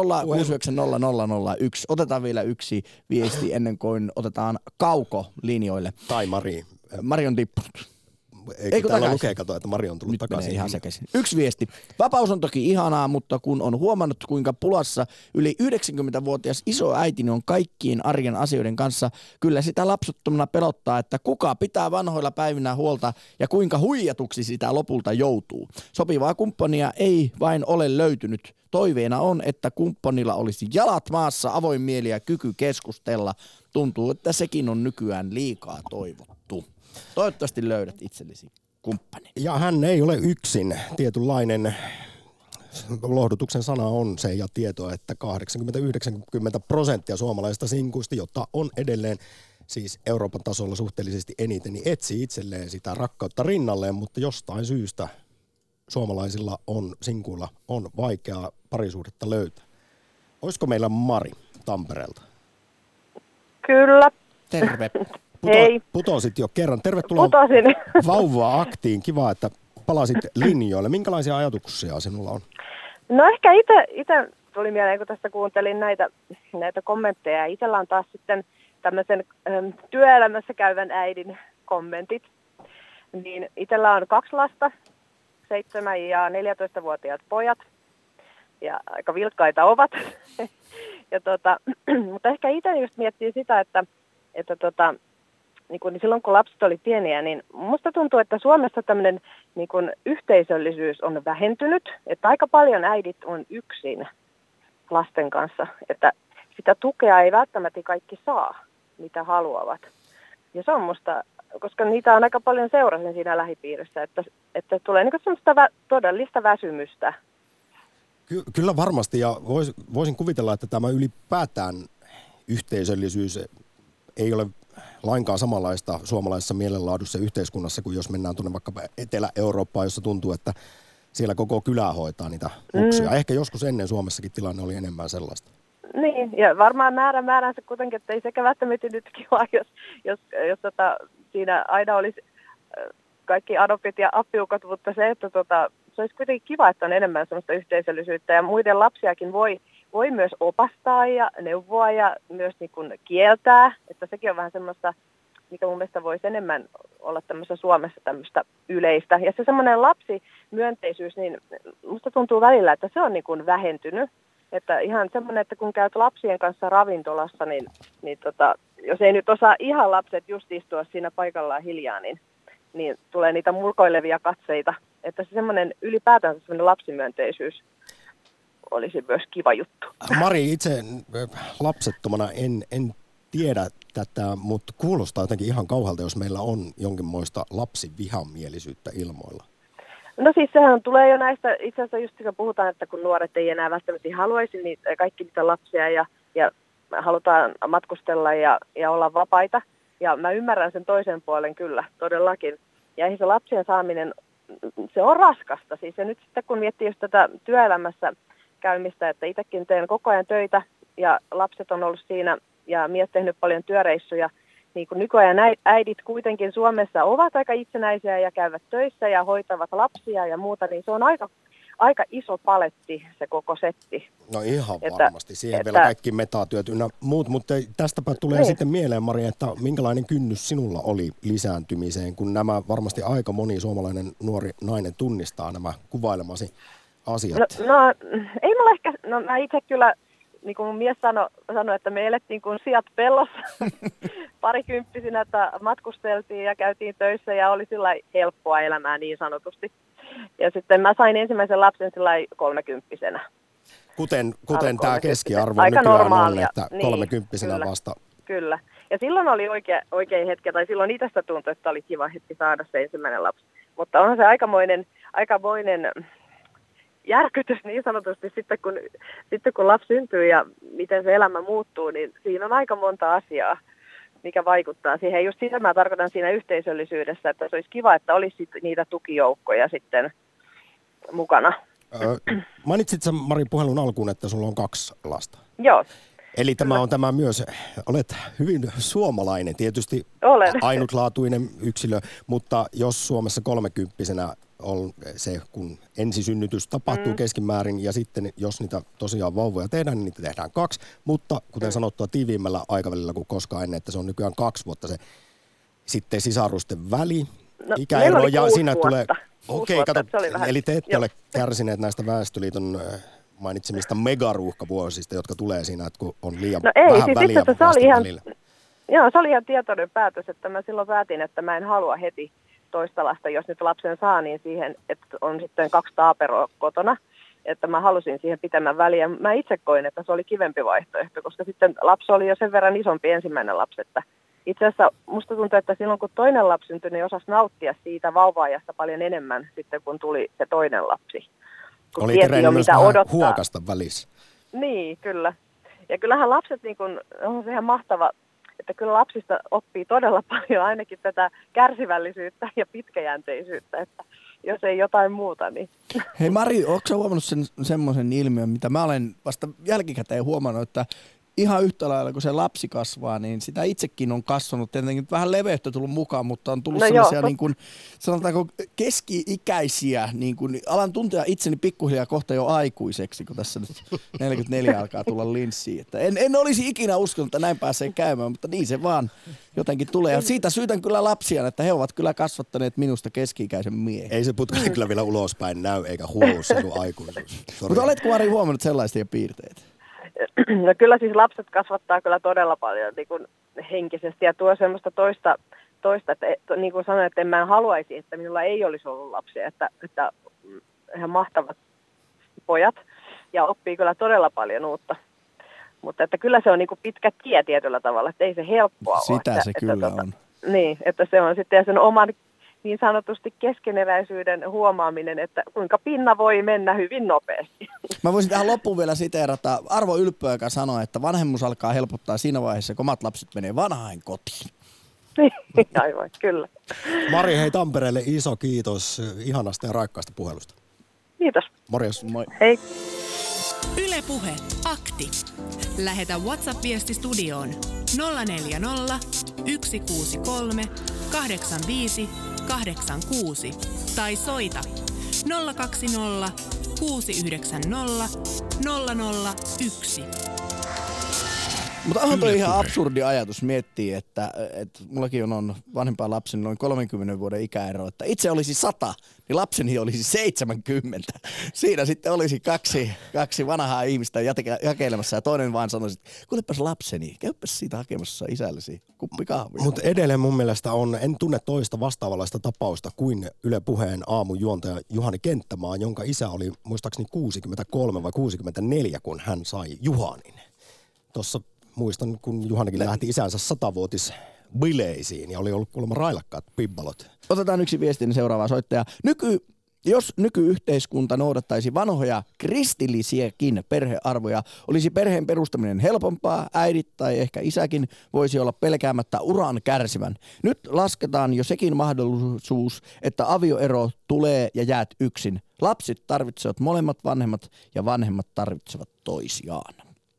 020 Otetaan vielä yksi viesti ennen kuin otetaan Kauko linjoille. Tai Mari. Mari on tippunut. Eikö täällä lukee, kato, että Mari on tullut nyt takaisin. Ihan sekaisin. Yksi viesti. Vapaus on toki ihanaa, mutta kun on huomannut, kuinka pulassa yli 90-vuotias isoäitini on kaikkien arjen asioiden kanssa, kyllä sitä lapsuttomana pelottaa, että kuka pitää vanhoilla päivinä huolta ja kuinka huijatuksi sitä lopulta joutuu. Sopivaa kumppania ei vain ole löytynyt. Toiveena on, että kumppanilla olisi jalat maassa, avoin mieli ja kyky keskustella. Tuntuu, että sekin on nykyään liikaa toivottu. Toivottavasti löydät itsellesi kumppanin. Ja hän ei ole yksin. Tietynlainen lohdutuksen sana on se ja tieto, että 80-90% suomalaisista sinkuista, jota on edelleen siis Euroopan tasolla suhteellisesti eniten, niin etsii itselleen sitä rakkautta rinnalleen, mutta jostain syystä suomalaisilla sinkuilla on vaikeaa parisuhdetta löytää. Olisiko meillä Mari Tampereelta? Kyllä. Terve. Hei. Putosit jo kerran. Tervetuloa Vauva-aktiin. Kiva, että palasit linjoille. Minkälaisia ajatuksia sinulla on? No ehkä itse tuli mieleen, kun tästä kuuntelin näitä kommentteja. Itsellä on taas sitten tämmöisen työelämässä käyvän äidin kommentit. Niin itsellä on 2 lasta, 7- ja 14-vuotiaat pojat. Ja aika vilkkaita ovat. Mutta ehkä itse just miettii sitä, että niin silloin kun lapset oli pieniä, niin musta tuntuu, että Suomessa tämmöinen niin yhteisöllisyys on vähentynyt, että aika paljon äidit on yksin lasten kanssa, että sitä tukea ei välttämättä kaikki saa, mitä haluavat. Ja se on musta, koska niitä on aika paljon seurasin siinä lähipiirissä, että tulee niin semmoista todellista väsymystä. Kyllä varmasti, ja voisin kuvitella, että tämä ylipäätään yhteisöllisyys ei ole lainkaan samanlaista suomalaisessa mielenlaadussa yhteiskunnassa kuin jos mennään tuonne vaikka Etelä-Eurooppaan, jossa tuntuu, että siellä koko kylä hoitaa niitä luksuja. Ehkä joskus ennen Suomessakin tilanne oli enemmän sellaista. Niin, ja varmaan määränsä kuitenkin, että ei sekä välttämättä nyt kiva, jos siinä aina olisi kaikki adopit ja appiukot, mutta se, että se olisi kuitenkin kiva, että on enemmän sellaista yhteisöllisyyttä ja muiden lapsiakin voi myös opastaa ja neuvoa ja myös niin kuin kieltää, että sekin on vähän semmoista, mikä mun mielestä voisi enemmän olla tämmöisessä Suomessa tämmöistä yleistä. Ja se semmoinen lapsimyönteisyys, niin musta tuntuu välillä, että se on niin kuin vähentynyt. Että ihan semmoinen, että kun käyt lapsien kanssa ravintolassa, niin jos ei nyt osaa ihan lapset just istua siinä paikallaan hiljaa, niin tulee niitä mulkoilevia katseita. Että se semmoinen ylipäätään semmoinen lapsimyönteisyys olisi myös kiva juttu. Mari, itse lapsettomana en tiedä tätä, mutta kuulostaa jotenkin ihan kauhealta, jos meillä on jonkinmoista lapsivihamielisyyttä ilmoilla. No siis sehän tulee jo näistä, itse asiassa just kun puhutaan, että kun nuoret ei enää välttämättä haluaisi kaikki niitä lapsia ja halutaan matkustella ja olla vapaita. Ja mä ymmärrän sen toisen puolen kyllä, todellakin. Ja ei se lapsien saaminen, se on raskasta. Siis ja nyt sitten kun miettii just tätä työelämässä käymistä, että itsekin teen koko ajan töitä ja lapset on ollut siinä ja mies tehnyt paljon työreissuja. Niin kuin nykyajan äidit kuitenkin Suomessa ovat aika itsenäisiä ja käyvät töissä ja hoitavat lapsia ja muuta, niin se on aika iso paletti se koko setti. No ihan varmasti. Siihen vielä kaikki metatyöt ynnä muut, mutta tästäpä tulee sitten mieleen, Mari, että minkälainen kynnys sinulla oli lisääntymiseen, kun nämä varmasti aika moni suomalainen nuori nainen tunnistaa nämä kuvailemasi asiat. No ei mulla ehkä, mä itse kyllä, niin kuin mun mies sanoi, että me elettiin kuin siat pellossa parikymppisinä, että matkusteltiin ja käytiin töissä ja oli sillä helppoa elämää niin sanotusti. Ja sitten mä sain ensimmäisen lapsen sillä 30-vuotiaana. Kuten tämä keskiarvo aika nykyään normaalia. on, että Niin, 30-vuotiaana kyllä. vasta. Kyllä. Ja silloin oli oikein hetki, tai silloin itsestä tuntui, että oli kiva hetki saada se ensimmäinen lapsi. Mutta onhan se aikamoinen järkytys niin sanotusti sitten kun lapsi syntyy ja miten se elämä muuttuu, niin siinä on aika monta asiaa, mikä vaikuttaa siihen. Just sitä mä tarkoitan siinä yhteisöllisyydessä, että se olisi kiva, että olisi niitä tukijoukkoja sitten mukana. Mainitsit sä, Mari, puhelun alkuun, että sulla on 2 lasta. Joo. Eli tämä myös, olet hyvin suomalainen, tietysti Olen. ainutlaatuinen yksilö, mutta jos Suomessa 30-vuotiaana on se, kun ensisynnytys tapahtuu keskimäärin ja sitten jos niitä tosiaan vauvoja tehdään, niin niitä tehdään 2, mutta kuten sanottua tiiviimmällä aikavälillä kuin koskaan ennen, että se on nykyään 2 vuotta se sitten sisarusten väli, ikäero ja siinä tulee... Okei, kato, eli te ette ole kärsineet näistä Väestöliiton mainitsemista megaruuhkavuosista, jotka tulee siinä, että kun on liian vähän väliä välillä. Joo, se oli ihan tietoinen päätös, että mä silloin päätin, että mä en halua heti toista lasta, jos nyt lapsen saa, niin siihen, että on sitten 2 taaperoa kotona, että mä halusin siihen pitemmän väliä. Mä itse koin, että se oli kivempi vaihtoehto, koska sitten lapsi oli jo sen verran isompi ensimmäinen lapsi, että itse asiassa musta tuntuu, että silloin kun toinen lapsi syntyi, niin osasi nauttia siitä vauva-ajasta paljon enemmän sitten, kun tuli se toinen lapsi. Oli kerennyt myös vähän huokasta välissä. Niin, kyllä. Ja kyllähän lapset, niin kun, on se ihan mahtava, että kyllä lapsista oppii todella paljon ainakin tätä kärsivällisyyttä ja pitkäjänteisyyttä, että jos ei jotain muuta, niin... Hei Mari, ootko sä huomannut semmoisen ilmiön, mitä mä olen vasta jälkikäteen huomannut, että ihan yhtä lailla, kun se lapsi kasvaa, niin sitä itsekin on kasvanut. Tietenkin vähän leveyttä tullut mukaan, mutta on tullut sellaisia niin kuin, sanotaanko keski-ikäisiä, niin kuin, alan tuntea itseni pikkuhiljaa kohta jo aikuiseksi, kun tässä nyt 44 alkaa tulla linssiin. Että en olisi ikinä uskonut, että näin pääsee käymään, mutta niin se vaan jotenkin tulee. Ja siitä syytän kyllä lapsia, että he ovat kyllä kasvattaneet minusta keski-ikäisen miehen. Ei se putki kyllä vielä ulospäin näy, eikä huolu sinun aikuisuus. Mutta oletko Mari huomannut sellaisia piirteitä? No kyllä siis lapset kasvattaa kyllä todella paljon niin kuin henkisesti ja tuo semmoista toista että niin kuin sanoin, että en mä haluaisi, että minulla ei olisi ollut lapsia, että ihan mahtavat pojat ja oppii kyllä todella paljon uutta. Mutta että kyllä se on niin kuin pitkä tie tietyllä tavalla, että ei se helppoa ole. Sitä se kyllä on. Niin, että se on sitten sen oman niin sanotusti keskeneräisyyden huomaaminen, että kuinka pinna voi mennä hyvin nopeasti. Mä voisin tähän loppuun vielä siteerata Arvo Ylppö, joka sanoi, että vanhemmuus alkaa helpottaa siinä vaiheessa, kun omat lapset menee vanhain kotiin. Aivan, kyllä. Mari, hei Tampereelle iso kiitos ihanasta ja raikkaasta puhelusta. Kiitos. Morjes. Moi. Hei. Yle Puhe, akti. Lähetä WhatsApp-viesti studioon 040 163 85 86 tai soita 020 690 001. Mutta onhan toi ihan absurdi ajatus miettiä, että mullakin on vanhempaa lapsen noin 30 vuoden ikäero, että itse olisi 100, niin lapseni olisi 70. Siinä sitten olisi kaksi vanhaa ihmistä jakelemassa ja toinen vaan sanoisi, että kuulepas lapseni, käypäs siitä hakemassa isällesi kuppi kahvia. Mutta edelleen mun mielestä en tunne toista vastaavanlaista tapausta kuin Yle Puheen aamujuontaja Juhani Kenttämaa, jonka isä oli muistaakseni 63 vai 64, kun hän sai Juhanin. Tuossa muistan, kun Juhanikin lähti isänsä 100-vuotisbileisiin ja oli ollut kuulemma railakkaat pibbalot. Otetaan yksi viestin seuraava soittaja. Jos nykyyhteiskunta noudattaisi vanhoja kristillisiäkin perhearvoja, olisi perheen perustaminen helpompaa. Äidit tai ehkä isäkin voisi olla pelkäämättä uran kärsivän. Nyt lasketaan jo sekin mahdollisuus, että avioero tulee ja jäät yksin. Lapset tarvitsevat molemmat vanhemmat ja vanhemmat tarvitsevat toisiaan.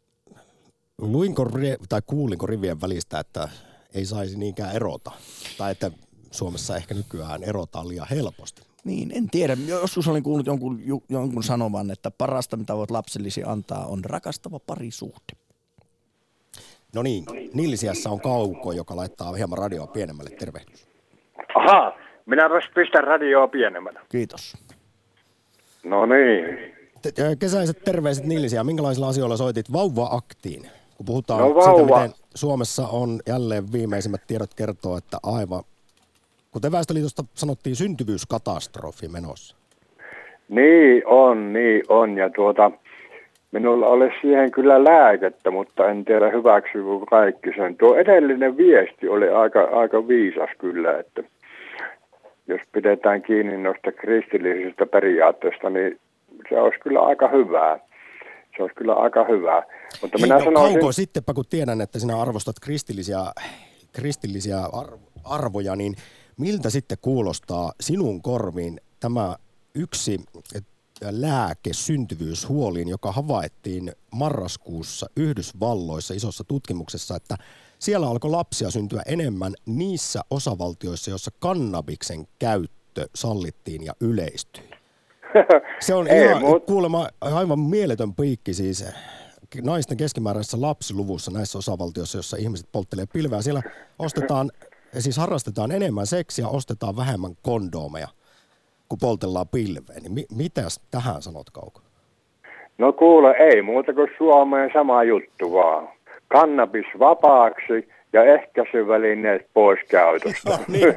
Kuulinko rivien välistä, että ei saisi niinkään erota? Tai että Suomessa ehkä nykyään erotaan liian helposti? Niin, en tiedä. Joskus olin kuullut jonkun sanovan, että parasta mitä voit lapsellisi antaa on rakastava parisuhde. No niin, Nilsiässä on Kauko, joka laittaa hieman radioa pienemmälle. Tervehdys. Ahaa, minä pistän radioa pienemmälle. Kiitos. No niin. Kesäiset terveiset Nilsiä. Minkälaisilla asioilla soitit vauva-aktiin? Kun puhutaan No siitä, miten Suomessa on jälleen viimeisimmät tiedot kertoo, että aivan, kuten Väestöliitosta sanottiin, syntyvyyskatastrofi menossa. Niin on. Ja Minulla olisi siihen kyllä lääkettä, mutta en tiedä hyväksyykö kaikki sen. Tuo edellinen viesti oli aika viisas kyllä, että jos pidetään kiinni noista kristillisistä periaatteista, niin se olisi kyllä aika hyvää. Se olisi kyllä aika hyvää. Mutta minä sanoisin... Kauko, sittenpä kun tiedän, että sinä arvostat kristillisiä arvoja, niin miltä sitten kuulostaa sinun korviin tämä yksi lääke syntyvyyshuoliin, joka havaittiin marraskuussa Yhdysvalloissa isossa tutkimuksessa, että siellä alkoi lapsia syntyä enemmän niissä osavaltioissa, joissa kannabiksen käyttö sallittiin ja yleistyi. Se on kuulemma aivan mieletön piikki siis naisten keskimääräisessä lapsiluvussa näissä osavaltioissa, joissa ihmiset polttelee pilveä. Siellä harrastetaan enemmän seksiä, ostetaan vähemmän kondoomeja, kun poltellaan pilveen. Niin mitäs tähän sanot, Kauko? No kuule, ei muuta kuin Suomeen sama juttu vaan. Kannabis vapaaksi ja ehkäisyvälineet pois käytöstä. No niin.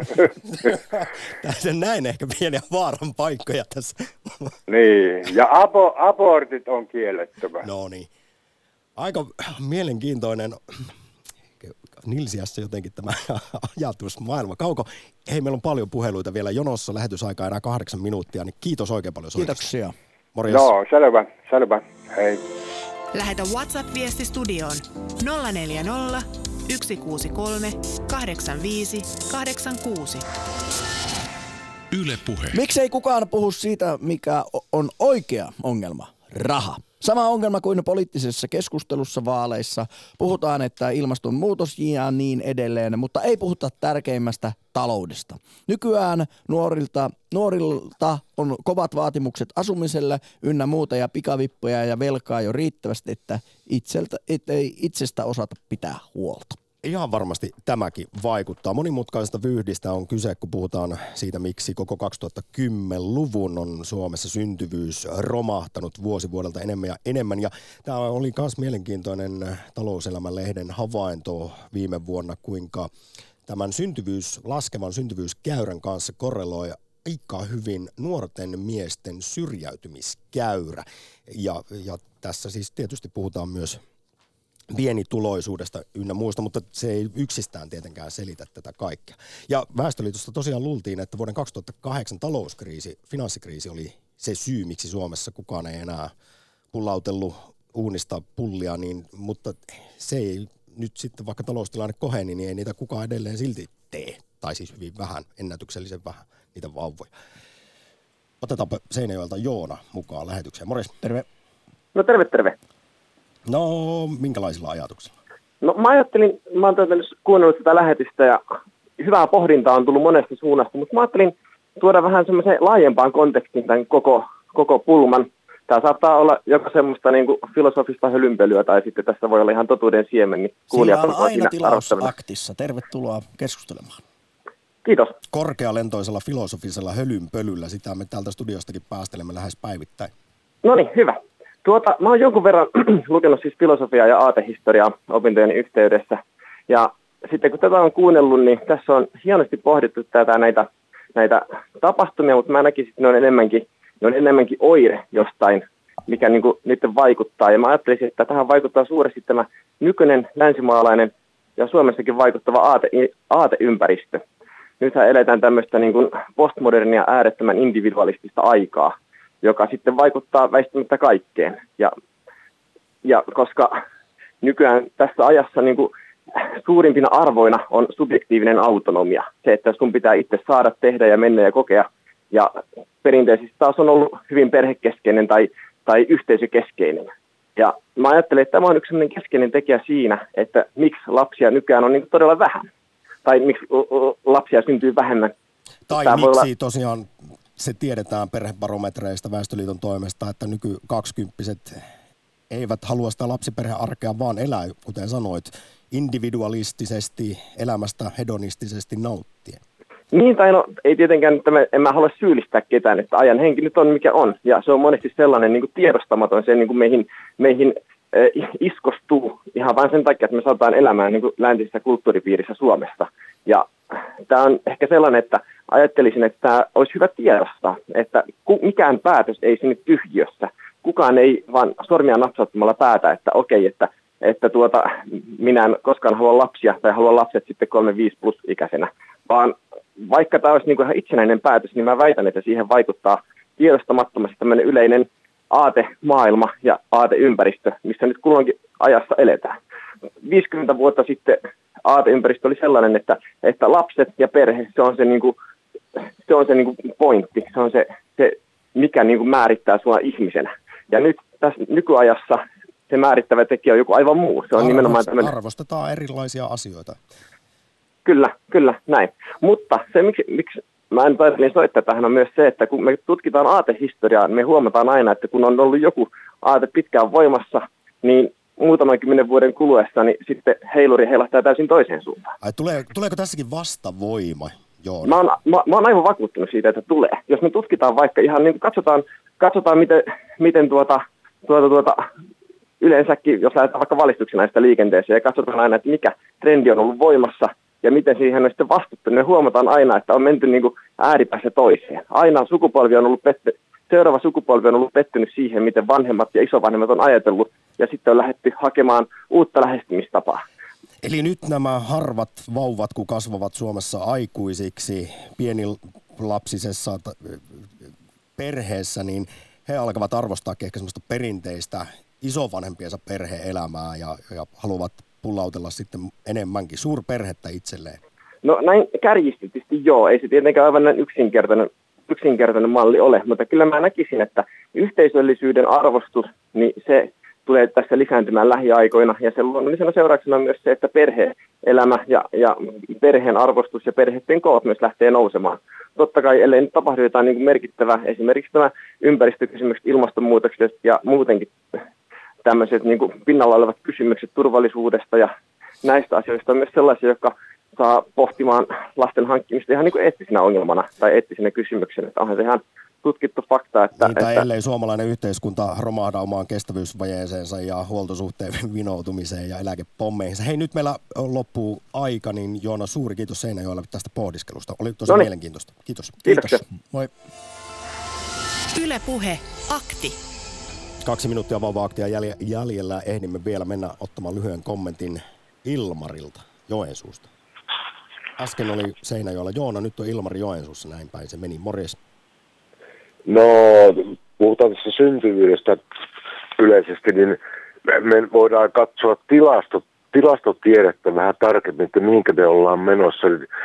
Tässä näin ehkä pieniä vaaran paikkoja tässä. Niin, ja abortit on kiellettävä. No niin. Aika mielenkiintoinen Nilsiässä jotenkin tämä ajatusmaailma. Kauko, hei, meillä on paljon puheluita vielä jonossa, lähetysaikaa enää 8 minuuttia, niin kiitos oikein paljon soitosta. Kiitoksia. Morjes. Joo, selvä. Hei. Lähetä WhatsApp-viesti studioon 040 163 85 86. Yle Puhe. Miksei kukaan puhu siitä, mikä on oikea ongelma? Raha. Sama ongelma kuin poliittisessa keskustelussa vaaleissa. Puhutaan, että ilmastonmuutos ja niin edelleen, mutta ei puhuta tärkeimmästä taloudesta. Nykyään nuorilta on kovat vaatimukset asumiselle ynnä muuta ja pikavippuja ja velkaa jo riittävästi, että ei itsestä osata pitää huolta. Ihan varmasti tämäkin vaikuttaa. Monimutkaisesta vyyhdistä on kyse, kun puhutaan siitä, miksi koko 2010-luvun on Suomessa syntyvyys romahtanut vuosi vuodelta enemmän ja enemmän. Ja tämä oli myös mielenkiintoinen Talouselämä-lehden havainto viime vuonna, kuinka tämän laskevan syntyvyyskäyrän kanssa korreloi aika hyvin nuorten miesten syrjäytymiskäyrä. Ja tässä siis tietysti puhutaan myös pienituloisuudesta ynnä muusta, mutta se ei yksistään tietenkään selitä tätä kaikkea. Ja Väestöliitosta tosiaan luultiin, että vuoden 2008 finanssikriisi oli se syy, miksi Suomessa kukaan ei enää pullautellut uunista pullia, mutta se ei nyt sitten, vaikka taloustilanne koheni, niin ei niitä kukaan edelleen silti tee. Tai siis hyvin vähän, ennätyksellisen vähän niitä vauvoja. Otetaanpa Seinäjoelta Joona mukaan lähetykseen. Morjes. Terve. No terve. No, minkälaisilla ajatuksilla? No mä ajattelin, mä oon kuunnellut sitä lähetystä ja hyvää pohdintaa on tullut monesta suunnasta, mutta mä ajattelin tuoda vähän semmoisen laajempaan kontekstiin tämän koko pulman. Tämä saattaa olla joko semmoista niin kuin filosofista hölynpölyä tai sitten tässä voi olla ihan totuuden siemen. Niin sillä on aina tilaus aktissa. Tervetuloa keskustelemaan. Kiitos. Korkealentoisella filosofisella hölynpölyllä, sitä me täältä studiostakin päästelemme lähes päivittäin. No niin, hyvä. Mä oon jonkun verran lukenut siis filosofiaa ja aatehistoriaa opintojeni yhteydessä. Ja sitten kun tätä on kuunnellut, niin tässä on hienosti pohdittu näitä tapahtumia, mutta mä näkisin, että ne on enemmänkin oire jostain, mikä niin kuin niiden vaikuttaa. Ja mä ajattelisin, että tähän vaikuttaa suuresti tämä nykyinen länsimaalainen ja Suomessakin vaikuttava aateympäristö. Nythän eletään tämmöistä niin kuin postmodernia äärettömän individualistista aikaa, joka sitten vaikuttaa väistämättä kaikkeen. Ja koska nykyään tässä ajassa niin kuin suurimpina arvoina on subjektiivinen autonomia. Se, että sun pitää itse saada, tehdä ja mennä ja kokea. Ja perinteisesti taas on ollut hyvin perhekeskeinen tai yhteisökeskeinen. Ja mä ajattelen, että tämä on yksi sellainen keskeinen tekijä siinä, että miksi lapsia nykyään on niin kuin todella vähän. Tai miksi lapsia syntyy vähemmän. Tai tämä miksi tosiaan se tiedetään perhebarometreista Väestöliiton toimesta, että nyky-20-vuotiaat eivät halua sitä lapsiperhearkea, vaan elää, kuten sanoit, individualistisesti, elämästä hedonistisesti nauttien. Niin, tai no, ei tietenkään, että en mä halua syyllistää ketään, että ajan henki nyt on mikä on. Ja se on monesti sellainen niin kuin tiedostamaton, se niin kuin meihin iskostuu ihan vain sen takia, että me saataan elämään niin kuin läntisessä kulttuuripiirissä Suomessa. Ja tämä on ehkä sellainen, että ajattelisin, että tämä olisi hyvä tiedostaa, että mikään päätös ei synny tyhjiössä. kukaan ei vaan sormia napsauttamalla päätä, että okei, että minä en koskaan halua lapsia tai halua lapset sitten 3-5 plus ikäisenä, vaan vaikka tämä olisi niin kuin ihan itsenäinen päätös, niin mä väitän, että siihen vaikuttaa tiedostamattomasti tämmöinen yleinen aatemaailma ja aateympäristö, missä nyt kulloinkin ajassa eletään. 50 vuotta sitten aateympäristö oli sellainen, että lapset ja perhe, se on se pointti, se on se mikä niin kuin määrittää sinua ihmisenä. Ja nyt tässä nykyajassa se määrittävä tekijä on joku aivan muu. Se on nimenomaan tämmöinen... Arvostetaan erilaisia asioita. Kyllä, näin. Mutta se, miksi mä en taidellin soittaa tähän, on myös se, että kun me tutkitaan aatehistoriaa, me huomataan aina, että kun on ollut joku aate pitkään voimassa, niin muutaman 10 vuoden kuluessa, niin sitten heiluri heilahtaa täysin toiseen suuntaan. Ai, tuleeko tässäkin vastavoima? Joo. Mä oon aivan vakuuttunut siitä, että tulee. Jos me tutkitaan vaikka ihan niin kuin katsotaan miten yleensäkin, jos lähdetään vaikka valistuksena näistä liikenteeseen ja katsotaan aina, että mikä trendi on ollut voimassa ja miten siihen on sitten vastattu, niin me huomataan aina, että on menty niin kuin ääripäässä toiseen. Aina seuraava sukupolvi on ollut pettynyt siihen, miten vanhemmat ja isovanhemmat on ajatellut ja sitten on lähdetty hakemaan uutta lähestymistapaa. Eli nyt nämä harvat vauvat, kun kasvavat Suomessa aikuisiksi pienilapsisessa perheessä, niin he alkavat arvostaa ehkä semmoista perinteistä isovanhempiensa perhe-elämää ja haluavat pullautella sitten enemmänkin suurperhettä itselleen. No näin kärjistetysti joo, ei se tietenkään aivan näin yksinkertainen malli ole, mutta kyllä mä näkisin, että yhteisöllisyyden arvostus, niin se tulee tässä lisääntymään lähiaikoina ja sen luonnollisena seurauksena on myös se, että perhe-elämä ja perheen arvostus ja perheiden koot myös lähtee nousemaan. Totta kai, ellei nyt tapahdu jotain niin kuin merkittävää, esimerkiksi tämä ympäristökysymykset, ilmastonmuutokset ja muutenkin tämmöiset niin kuin pinnalla olevat kysymykset turvallisuudesta ja näistä asioista on myös sellaisia, jotka saa pohtimaan lasten hankkimista ihan niin kuin eettisenä ongelmana tai eettisenä kysymyksenä. Että onhan se ihan tutkittu fakta, että... Niin, tai ellei suomalainen yhteiskunta romahda omaan kestävyysvajeeseensa ja huoltosuhteen vinoutumiseen ja eläkepommeihinsa. Hei, nyt meillä loppuu aika, niin Joona, suuri kiitos Seinäjoelle tästä pohdiskelusta. Oli tosi mielenkiintoista. Kiitos. Moi. Yle Puhe, akti. 2 minuuttia vauva-aktia jäljellä. Ehdimme vielä mennä ottamaan lyhyen kommentin Ilmarilta Joensuusta. Äsken oli Seinäjoella Joona, nyt on Ilmari Joensuussa, näin päin se meni. Morjes. No, puhutaan tässä syntyvyydestä yleisesti, niin me voidaan katsoa tilastotiedettä vähän tarkemmin, että mihinkä me ollaan menossa.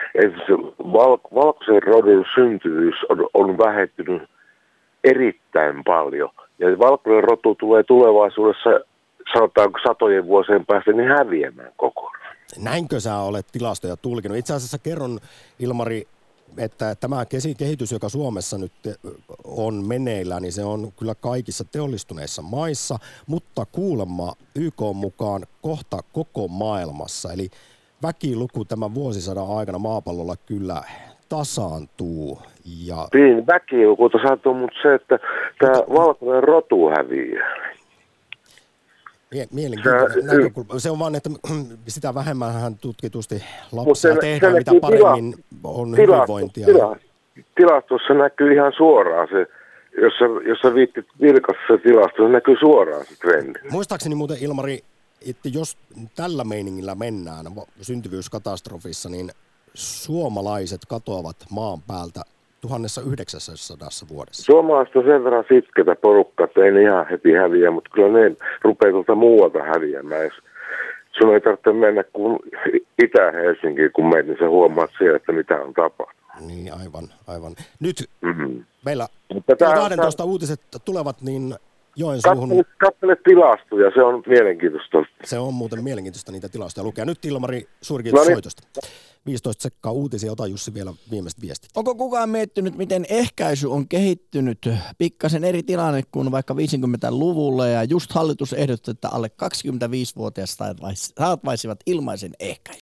Valkoisen rodun syntyvyys on vähentynyt erittäin paljon. Ja valkoinen rotu tulee tulevaisuudessa, sanotaanko 100 vuosien päästä, niin häviämään kokonaan. Näinkö sä olet tilastoja tulkinut? Itse asiassa kerron, Ilmari, että tämä kehitys, joka Suomessa nyt on meneillään, niin se on kyllä kaikissa teollistuneissa maissa, mutta kuulemma YK mukaan kohta koko maailmassa. Eli väkiluku tämän vuosisadan aikana maapallolla kyllä tasaantuu. Ja... Niin, väkiluku tasaantuu, mutta se, että tämä valkoinen rotu häviää. Mielenkiintoinen näkökulma. Se on vaan, että sitä vähemmän tutkitusti lapsia tehdään, mitä paremmin on hyvinvointia. Tilastossa näkyy ihan suoraan se, jos sä viittit vilkassa se tilasto, se näkyy suoraan se trendi. Muistaakseni muuten, Ilmari, että jos tällä meiningillä mennään syntyvyyskatastrofissa, niin suomalaiset katoavat maan päältä 1900 vuodessa. Suomalaiset on sen verran sitkeitä porukkaa, että ei ne ihan heti häviä, mutta kyllä ne rupeaa tuolta muualta häviämään. Sun ei tarvitse mennä kuin Itä-Helsinkiin, kun menet, niin sä huomaat siellä, että mitä on tapahtunut. Niin, aivan. Nyt meillä 12 uutiset tulevat, niin Joensuuhun... Katsele tilastoja, se on mielenkiintoista. Se on muuten mielenkiintoista niitä tilastoja lukea. Nyt Ilmari, suuri kiitos soitosta. 15 sekkaa uutisia, ota Jussi vielä viimeiset viestit. Onko kukaan miettinyt, miten ehkäisy on kehittynyt? Pikkasen eri tilanne kuin vaikka 50-luvulla ja just hallitus ehdotti, että alle 25-vuotiaat saavaisivat ilmaisen ehkäisyn.